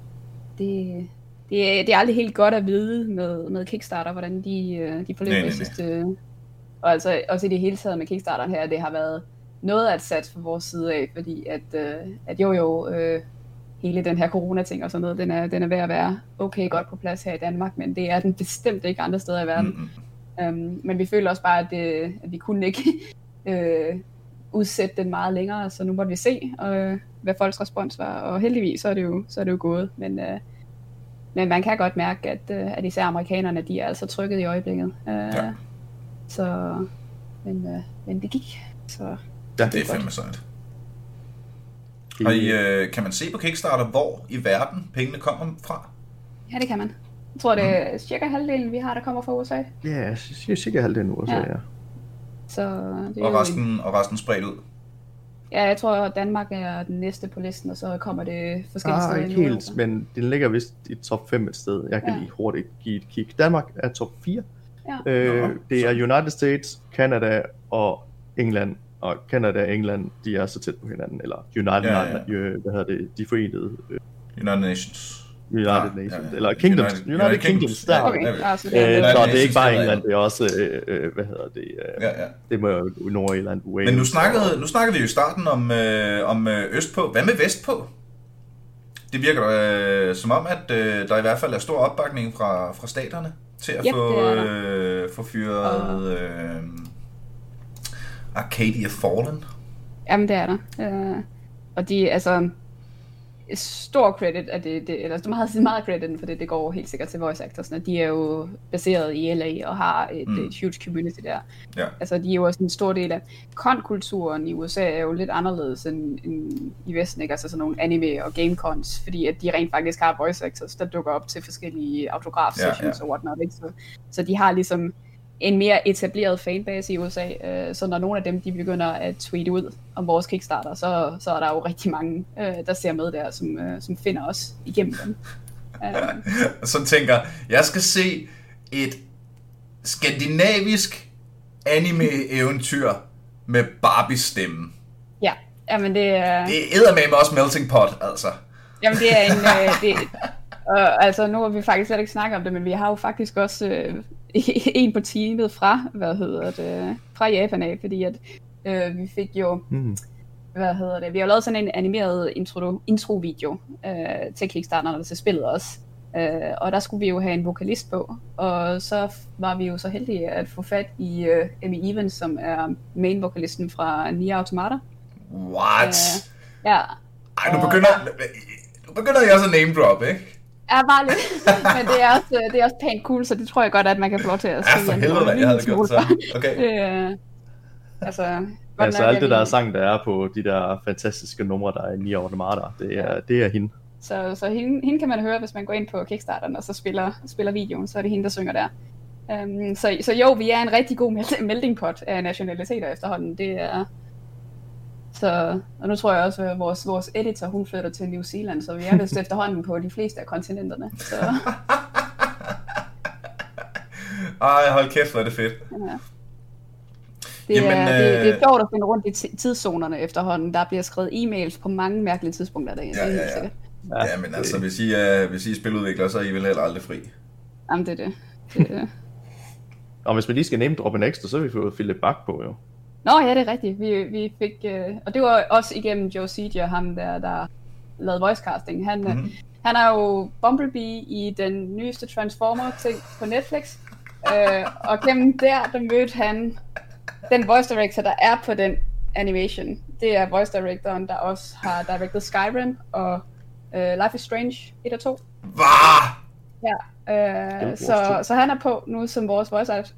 Det, det, er, det er aldrig helt godt at vide med, med Kickstarter, hvordan de, øh, de forløber Nej, nej, i sidste... Og altså også i det hele taget med Kickstarteren her, det har været noget at sat fra vores side af, fordi at, øh, at jo jo, øh, hele den her corona-ting og sådan noget, den er, den er ved at være okay godt på plads her i Danmark, men det er den bestemt ikke andre steder i verden. Mm. Um, men vi føler også bare, at, det, at vi kunne ikke øh, udsætte den meget længere, så nu måtte vi se, øh, hvad folks respons var, og heldigvis så er det jo, så er det jo gået, men, øh, men man kan godt mærke, at, øh, at især amerikanerne, de er altså trykket i øjeblikket. Øh, Ja. Så, men, øh, men det gik, så Ja, Det er fandme sejt. Og I, øh, kan man se på Kickstarter, hvor i verden pengene kommer fra? ja, det kan man. Jeg tror, det er cirka halvdelen, vi har, der kommer fra U S A. Ja, jeg siger cirka halvdelen nu, så Ja. ja. Så det er Og jo resten, og resten spredt ud? ja, jeg tror, at Danmark er den næste på listen, og så kommer det forskellige Ah, steder i ikke Nordeuropa. helt, men den ligger vist i top fem et sted. Jeg kan Ja. lige hurtigt give et kig. Danmark er top fire. Ja. Øh, Nå, det så- er United States, Canada og England. Og Canada og England, de er så tæt på hinanden. Eller United, Ja, ja, ja. ja. hvad hedder det, de forenede øh, United Nations. United Ah, Nations, ja, ja. eller Kingdoms, United, United, United Kingdoms, der. Okay. Ja, Altså, Øh, det er, så det er ikke bare England, det er også, øh, øh, hvad hedder det, øh, Ja, ja. det må Nordirland, Wales. Men nu snakkede, nu snakkede vi jo i starten om, øh, om øh, østpå. Hvad med vestpå? Det virker øh, som om, at øh, der i hvert fald er stor opbakning fra, fra staterne til at Yep, få, det er øh, få fyret øh, Arcadia Fallen. Jamen, det er der. Uh, og de, altså, stor credit, at det, det eller meget, meget credit for det, det går helt sikkert til voice actorsne. De er jo baseret i L A og har et, mm. et huge community der. Ja. Altså, de er jo også en stor del af con-kulturen i U S A er jo lidt anderledes end, end i Vesten, ikke? Altså sådan nogle anime og gamecons, fordi at de rent faktisk har voice actors, der dukker op til forskellige autograf sessions ja, ja. og whatnot, ikke? Så, så de har ligesom en mere etableret fanbase i U S A, øh, så når nogle af dem de begynder at tweete ud om vores Kickstarter, så, så er der jo rigtig mange, øh, der ser med der, som, øh, som finder os igennem dem. Um, Som tænker, jeg skal se et skandinavisk anime-eventyr med Barbie-stemme. Ja, jamen det er... Det er eddermame også melting pot, altså. Jamen det er en... Øh, det, øh, altså nu har vi faktisk slet ikke snakket om det, men vi har jo faktisk også... Øh, en på teamet fra, hvad hedder det, fra Japan af, fordi at øh, vi fik jo, mm. hvad hedder det, vi har lavet sådan en animeret intro, intro-video øh, til Kickstarter og til spillet også, øh, og der skulle vi jo have en vokalist på, og så var vi jo så heldige at få fat i øh, Emmy Evans, som er main-vokalisten fra Nier Automata. What? Øh, ja. Ej, nu begynder, nu begynder jeg også at name drop, ikke? Ja, bare lidt. Men det er, også, det er også pænt cool, så det tror jeg godt, at man kan få lov til at sige. Ja, for helvede, hvad jeg havde gjort så. Okay. Øh, altså, altså alt det der sang, der er på de der fantastiske numre, der er i Nier Automata, det er, det er hende. Så, så hende, hende kan man høre, hvis man går ind på Kickstarteren, og så spiller, spiller videoen, så er det hende, der synger der. Um, så, så jo, vi er en rigtig god melting pot af nationaliteter efterhånden. Det er... Så, og nu tror jeg også, at vores, vores editor, hun flytter til New Zealand, så vi er vist efterhånden på de fleste af kontinenterne. Så. Ej, hold kæft, hvor er det fedt. Ja. Det, Jamen, er, det, det er sjovt at finde rundt i tidszonerne efterhånden. Der bliver skrevet e-mails på mange mærkelige tidspunkter. Der, ja, det er helt ja, ja. sikkert. Ja, ja, men altså, hvis I er, hvis I er spiludviklere, så er I vel heller aldrig fri. Jamen, det er det. det, er det. Og hvis vi lige skal name droppe en ekstra, så har vi fået Philip Bak på, jo. Nå ja, det er rigtigt. Vi, vi fik, øh, og det var også igennem Joe Seeger, ham der, der lavede voice casting. Han, mm-hmm. han er jo Bumblebee i den nyeste Transformer-ting på Netflix. Øh, og gennem der, der mødte han den voice director, der er på den animation. Det er voice directoren, der også har directed Skyrim og øh, Life is Strange et og to. Hvad? Ja. Øh, så, så han er på nu som vores voice actor.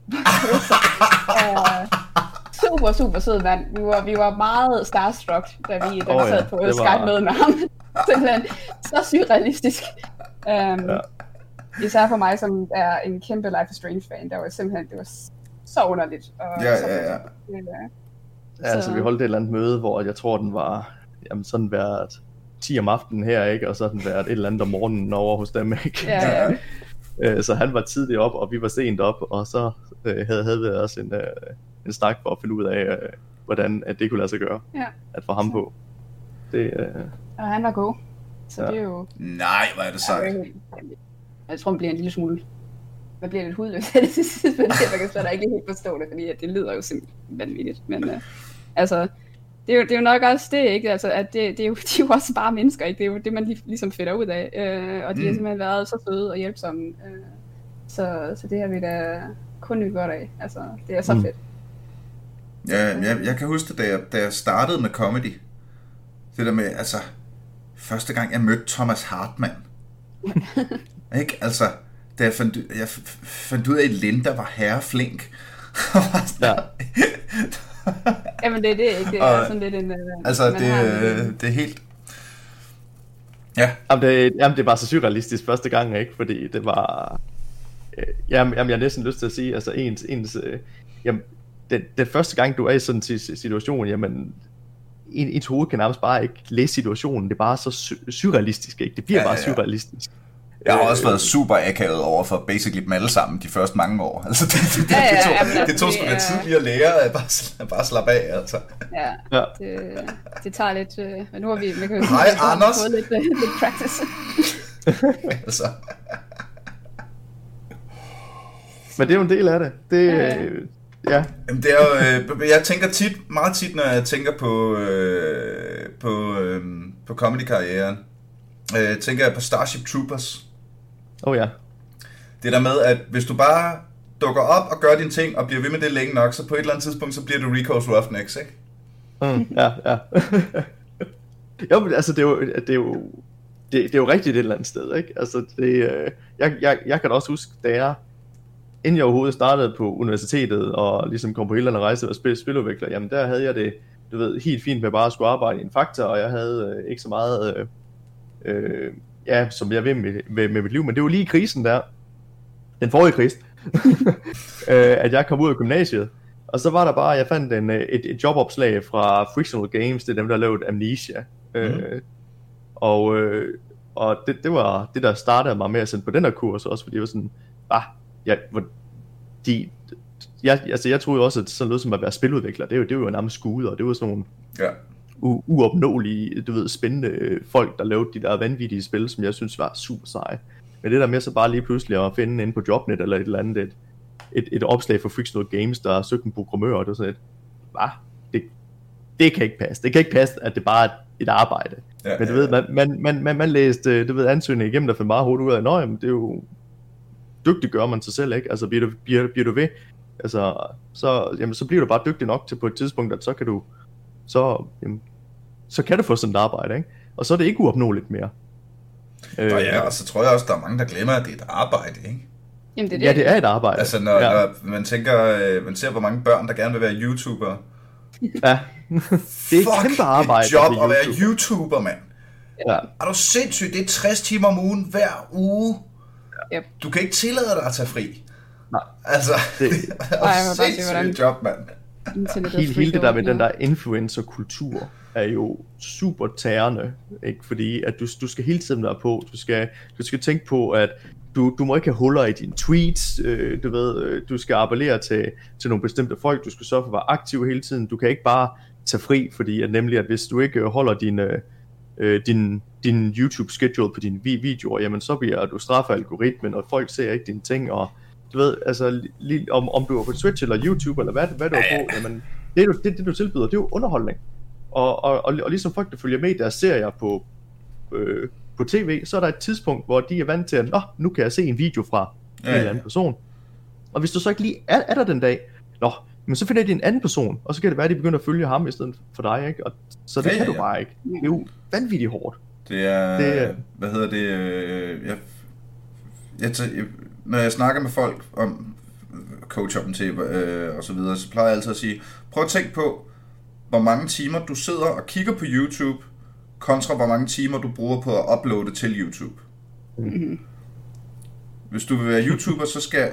øh, super, super sød mand. Vi var, vi var meget starstruck, da vi, da oh, vi sad ja. på var... Skype-møde med ham. Simpelthen så surrealistisk. Um, ja. Især for mig, som er en kæmpe Life is Strange-fan. Der var simpelthen, det var så underligt. Og ja, så, ja, ja. Det, ja, så... altså vi holdt et eller andet møde, hvor jeg tror, den var jamen, sådan været ti om aftenen her, ikke? Og så den været et eller andet om morgenen over hos dem, ikke? Ja, ja. Så han var tidligt op, og vi var sent op, og så øh, havde, havde vi også en, øh, en snak for at finde ud af, øh, hvordan at det kunne lade sig gøre, ja. At få ham på. Det, øh... Og han var god, så ja. Det er jo... Nej, hvor er det sagt. Jeg tror, man bliver en lille smule... Man bliver lidt hudløs af det til sidst, men jeg kan slet ikke helt forstå det, fordi det lyder jo simpelthen vanvittigt. Men øh, altså, det er, jo, det er jo nok også det, ikke? Altså, at det, det er jo, de er jo også bare mennesker, ikke? Det er jo det, man ligesom finder ud af. Øh, og de mm. har simpelthen været så søde og hjælpsomme. Øh, så, så det har vi da kun nyt godt af. Altså, det er så mm. fedt. Ja, jeg, jeg kan huske det, da jeg, da jeg startede med comedy. Det der med, altså, første gang jeg mødte Thomas Hartmann. Ikke? Altså, da jeg fandt, jeg fandt ud af, at Linda var herreflink. Ja. Jamen det er det, ikke? Det er og, sådan lidt en... Altså, det, en... det er helt... Ja. Jamen det, jamen, det var så surrealistisk første gang, ikke? Fordi det var... Jamen, jamen jeg har næsten lyst til at sige, altså ens... ens jamen, den, den første gang, du er i sådan en situation, jamen... Ens hoved kan nærmest bare ikke læse situationen. Det er bare så surrealistisk, ikke? Det bliver ja, bare ja, ja. surrealistisk. Jeg har også været super akavet over for basically dem alle sammen de første mange år. Altså, det, det, det, ja, ja, det, tog, jamen, det tog sgu da tid lige at lære at bare, bare slappe af, altså. Ja, ja. Det, det tager lidt, øh, men nu har vi, vi kan jo Hej, Anders. fået lidt, uh, lidt practice. altså. Men det er jo en del af det. Det, ja. ja. Jamen, det er jo, øh, jeg tænker tit, meget tit, når jeg tænker på, øh, på, øh, på comedy-karrieren, øh, tænker jeg på Starship Troopers. Oh ja. Det der med, at hvis du bare dukker op og gør dine ting, og bliver ved med det længe nok, så på et eller andet tidspunkt, så bliver du Rico's Roughnecks, ikke? Mm, ja, ja. Jo, men altså, det er jo, det er jo, det, det er jo rigtigt et eller andet sted, ikke? Altså, det, øh, jeg, jeg, jeg kan da også huske, da jeg, inden jeg overhovedet startede på universitetet, og ligesom kom på hele den rejse og spille spiludvikler, jamen der havde jeg det, du ved, helt fint med bare at skulle arbejde i en faktor, og jeg havde øh, ikke så meget, øh, øh, ja, som jeg vil med, med, med mit liv, men det var lige krisen der, den forrige krise, øh, at jeg kom ud af gymnasiet, og så var der bare, jeg fandt en, et, et jobopslag fra Frictional Games, det er dem, der lavede Amnesia, øh, mm. og, øh, og det, det var det, der startede mig med at sende på den her kurs, også fordi det var sådan, ah, jeg, de, jeg, altså jeg troede også, at sådan noget som at være spiludvikler, det er jo, det er jo nærmest skude, og det var sådan nogle ja. u, uopnåelige, du ved, spændende folk, der lavede de der vanvittige spil, som jeg synes var super seje. Men det der med så bare lige pludselig at finde inde på Jobnet eller et eller andet, et, et, et opslag for Frictional Games, der søgte en programmør, og det var sådan et, hvad? Det, det kan ikke passe. Det kan ikke passe, at det bare er et arbejde. Ja, men du ja, ved, man, man, man, man, man læste, du ved, ansøgningen igennem, der fandt meget hurtigt ud af, nøj, men det er jo, dygtig gør man sig selv, ikke? Altså, bliver du, bliver, bliver du ved, altså, så, jamen, så bliver du bare dygtig nok til på et tidspunkt, at så kan du, så, jamen, så kan du få sådan et arbejde, ikke? Og så er det ikke uopnåeligt mere. Nå ja, og så tror jeg også, der er mange, der glemmer, at det er et arbejde, ikke? Jamen, det er det. Ja, det er et arbejde. Altså, når, ja. når man tænker, man ser, hvor mange børn, der gerne vil være YouTuber. Ja, det er et kæmpe arbejde. Job at være YouTuber, mand. Ja. Er du sindssygt? Det er tres timer om ugen, hver uge. Yep. Du kan ikke tillade dig at tage fri. Nej. Altså, det, det er sindssygt job, mand. Hele, hele det der med den der influencer-kultur er jo super tærende, ikke? Fordi at du, du skal hele tiden være på, du skal, du skal tænke på, at du, du må ikke have huller i dine tweets, øh, du ved, øh, du skal appellere til, til nogle bestemte folk, du skal sørge for at være aktiv hele tiden, du kan ikke bare tage fri, fordi at nemlig, at hvis du ikke holder din, øh, din, din YouTube-schedule på dine videoer, jamen så bliver du straffet af algoritmen, og folk ser ikke dine ting, og du ved, altså, lige, om, om du er på Twitch eller YouTube, eller hvad, hvad du er på, jamen, det, det, det, det du tilbyder, det er jo underholdning. Og, og, og, og ligesom folk, der følger med i deres serier på, øh, på tv, så er der et tidspunkt, hvor de er vant til, at nå, nu kan jeg se en video fra en ja. eller anden person. Og hvis du så ikke lige er, er der den dag, nå, men så finder de en anden person, og så kan det være, at de begynder at følge ham i stedet for dig, ikke? Og, så det ja, kan ja, ja. du bare ikke. Det er jo vanvittigt hårdt. Det er, det er hvad hedder det, øh, jeg, jeg, jeg, når jeg snakker med folk om, coacher dem til, øh, og så videre, så plejer jeg altid at sige, prøv at tænke på, hvor mange timer du sidder og kigger på YouTube, kontra hvor mange timer du bruger på at uploade til YouTube. Mm-hmm. Hvis du vil være YouTuber, så skal,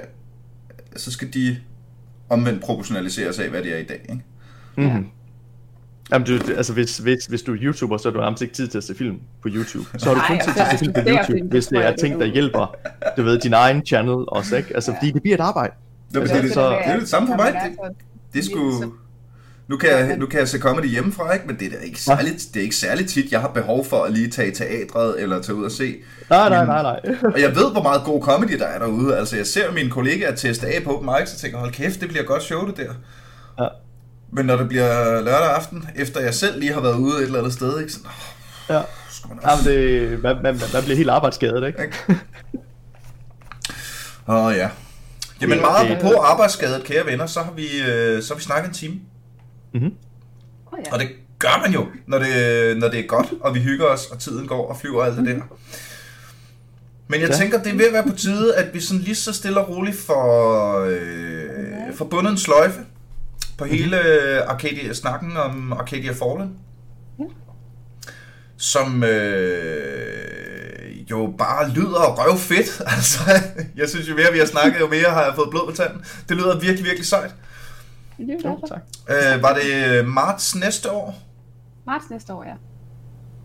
så skal de omvendt proportionaliseres af, hvad det er i dag, ikke? Mm-hmm. Jamen, du, altså, hvis, hvis, hvis du er YouTuber, så har du nærmest ikke tid til at se film på YouTube. Så har du kun tid til at se film på YouTube, hvis det er ting, der hjælper, du ved, din egen channel også, ikke? Altså, fordi det bliver et arbejde. Det, altså, det, det, så, det er det samme for mig. Det, det skulle... Nu kan, jeg, nu kan jeg se comedy hjemmefra, ikke? Men det er ikke særligt, det er ikke særligt tit, jeg har behov for at lige tage i teatret eller tage ud og se. Nej, nej, nej, nej. Og jeg ved, hvor meget god comedy der er derude. Altså, jeg ser mine kollegaer teste af på Mike, så tænker jeg, hold kæft, det bliver godt show det der. Ja. Men når det bliver lørdag aften, efter jeg selv lige har været ude et eller andet sted, ikke? Sådan, oh, ja. Jamen, det, man, man, man bliver helt arbejdsskadet, ikke? Åh oh, ja. Jamen meget på arbejdsskadet, kære venner, så har vi, øh, så har vi snakket en time. Mm-hmm. Oh, ja. Og det gør man jo, når det, når det er godt, og vi hygger os, og tiden går og flyver og alt det der. Men jeg ja. tænker, det er ved at være på tide, at vi sådan lige så stille og roligt får, øh, får bundet en sløjfe på mm-hmm. hele Arcadia, snakken om Arcadia Fallen. Ja. Som øh, jo bare lyder røvfedt. Altså, jeg synes jo mere, vi har snakket, jo mere har jeg fået blod på tanden. Det lyder virkelig, virkelig sejt. Det er jo tak. Øh, var det marts næste år? Marts næste år, ja.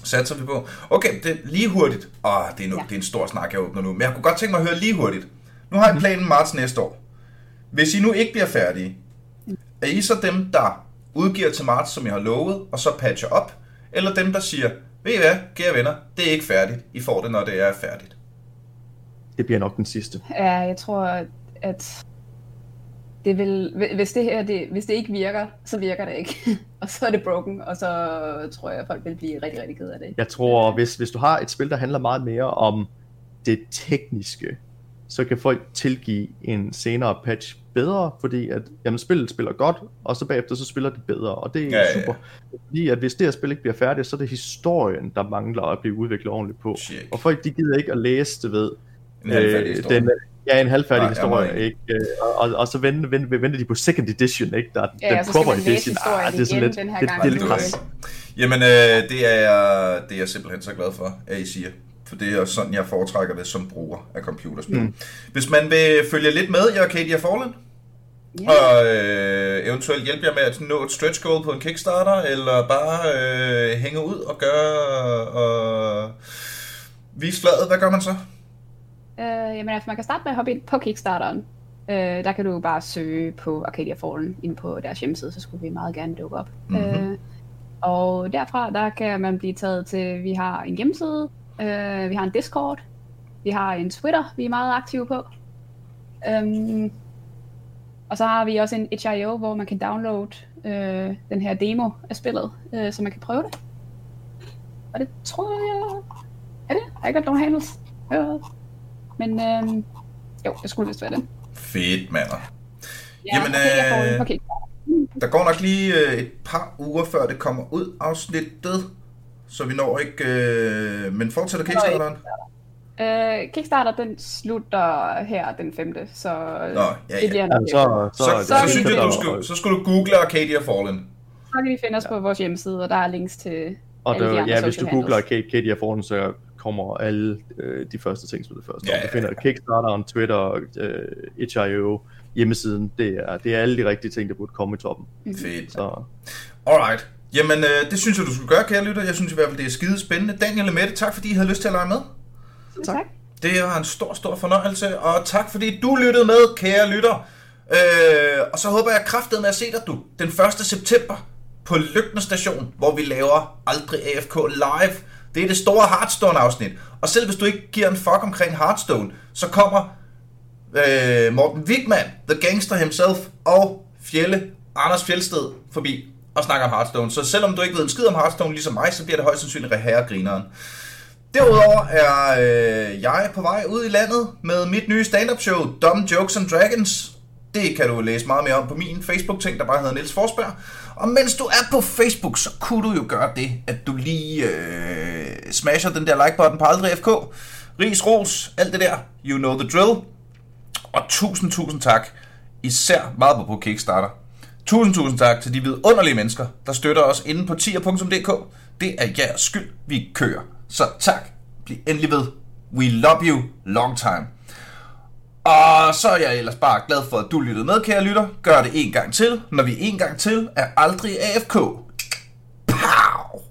Satser vi på. Okay, det er lige hurtigt. Åh, det er, nu, Ja. det er en stor snak, jeg åbner nu. Men jeg kunne godt tænke mig at høre lige hurtigt. Nu har jeg planen marts næste år. Hvis I nu ikke bliver færdige, er I så dem, der udgiver til marts, som jeg har lovet, og så patcher op? Eller dem, der siger, ved I hvad, kære venner, det er ikke færdigt. I får det, når det er færdigt. Det bliver nok den sidste. Ja, jeg tror, at det vil, hvis det her, det, hvis det ikke virker, så virker det ikke. Og så er det broken, og så tror jeg, at folk vil blive rigtig, rigtig ked af det. Jeg tror, hvis, hvis du har et spil, der handler meget mere om det tekniske, så kan folk tilgive en senere patch bedre, fordi at jamen, spillet spiller godt, og så bagefter så spiller det bedre, og det er Ja, ja, ja. super. Fordi at hvis det her spil ikke bliver færdigt, så er det historien, der mangler at blive udviklet ordentligt på. Check. Og folk, de gider ikke at læse, du ved, En halvfærdig øh, historie. den, ja, en halvfærdig Nej, historie, jeg må ikke? Øh, Og, og, og så venter, venter, venter de på second edition, ikke? Der er Ja, den og så skal proper man læse edition. historien Ah, det er sådan igen lidt, den her det, gang. det er lidt Det pres. Jamen, øh, det, er jeg, det er jeg simpelthen så glad for, at I siger. For det er sådan, jeg foretrækker det som bruger af computerspil. Mm. Hvis man vil følge lidt med i Arcadia Fallen, Ja. og øh, eventuelt hjælpe jer med at nå et stretch goal på en Kickstarter, eller bare øh, hænge ud og gøre og vise fladet, hvad gør man så? Øh, jamen altså, man kan starte med at hoppe ind på Kickstarteren. Øh, der kan du bare søge på Arcadia Fallen ind på deres hjemmeside, så skulle vi meget gerne dukke op. Mhm. Øh, og derfra, der kan man blive taget til, vi har en hjemmeside, øh, vi har en Discord, vi har en Twitter, vi er meget aktive på. Øhm, og så har vi også en itch punkt i o, hvor man kan downloade øh, den her demo af spillet, øh, så man kan prøve det. Og det tror jeg... Er det? Har jeg ikke hørt nogen handles? Øh. Men øhm, jo, det skulle vist være den. Fedt, mander. Ja, Jamen, okay, jeg får øh, den. Okay. Der går nok lige øh, et par uger, før det kommer ud afsnittet, så vi når ikke... Øh, men fortsætter Kickstarteren? Øh, Kickstarter, den slutter her den femte, så Nå, ja, ja. det bliver Ja, nok. så, så, Så, så, det- så, er så det synes jeg, fedt, du og- skulle, så skulle du google Arcadia Fallen. Så kan de finde os på vores hjemmeside, og der er links til Og alle de der, andre ja, hvis du social googler handles. Arcade Katie Foran, så kommer alle øh, de første ting som det første. Ja, Ja, ja, du finder ja. Kickstarteren, Twitter, øh, itch punkt i o, hjemmesiden. Det er, det er alle de rigtige ting, der burde komme i toppen. Fedt. Så Alright. Jamen, øh, det synes jeg, du skulle gøre, kære lytter. Jeg synes i hvert fald, det er skide spændende. Daniel og Mette, tak fordi I havde lyst til at lege med. Tak. Det var en stor, stor fornøjelse, og tak fordi du lyttede med, kære lytter. Øh, og så håber jeg kraftedeme at se dig, du, den første september på Lygten Station, hvor vi laver Aldrig A F K live. Det er det store Hearthstone-afsnit. Og selv hvis du ikke giver en fuck omkring Hearthstone, så kommer øh, Morten Wigman, The Gangster himself, og Fjelle, Anders Fjeldsted forbi og snakker om Hearthstone. Så selvom du ikke ved en skid om Hearthstone, ligesom mig, så bliver det højst sandsynligt herregrineren. Derudover er øh, jeg på vej ud i landet med mit nye stand-up show, Dumb Jokes and Dragons. Det kan du læse meget mere om på min Facebook-ting, der bare hedder Niels Forsberg. Og mens du er på Facebook, så kunne du jo gøre det, at du lige øh, smasher den der like-button på Aldrig A F K. Ris, ros, alt det der. You know the drill. Og tusind, tusind tak. Især meget på Kickstarter. Tusind, tusind tak til de vidunderlige mennesker, der støtter os inde på tier punktum d k. Det er jeres skyld, vi kører. Så tak. Bliv endelig ved. We love you long time. Og så er jeg ellers bare glad for, at du lyttede med, kære lytter. Gør det en gang til, når vi en gang til er Aldrig A F K. Pow!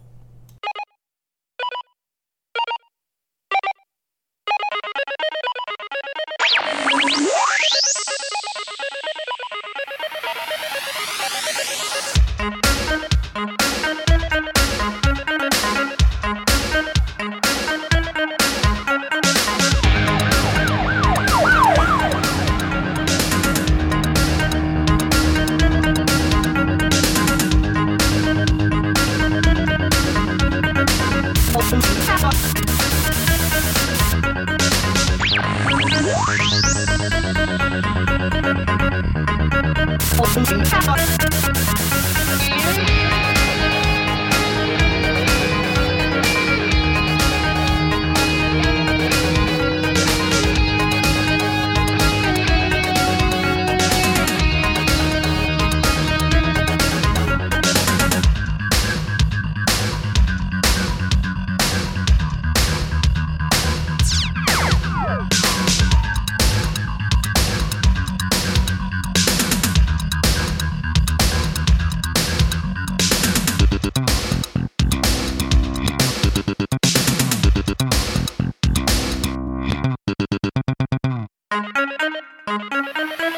Bye.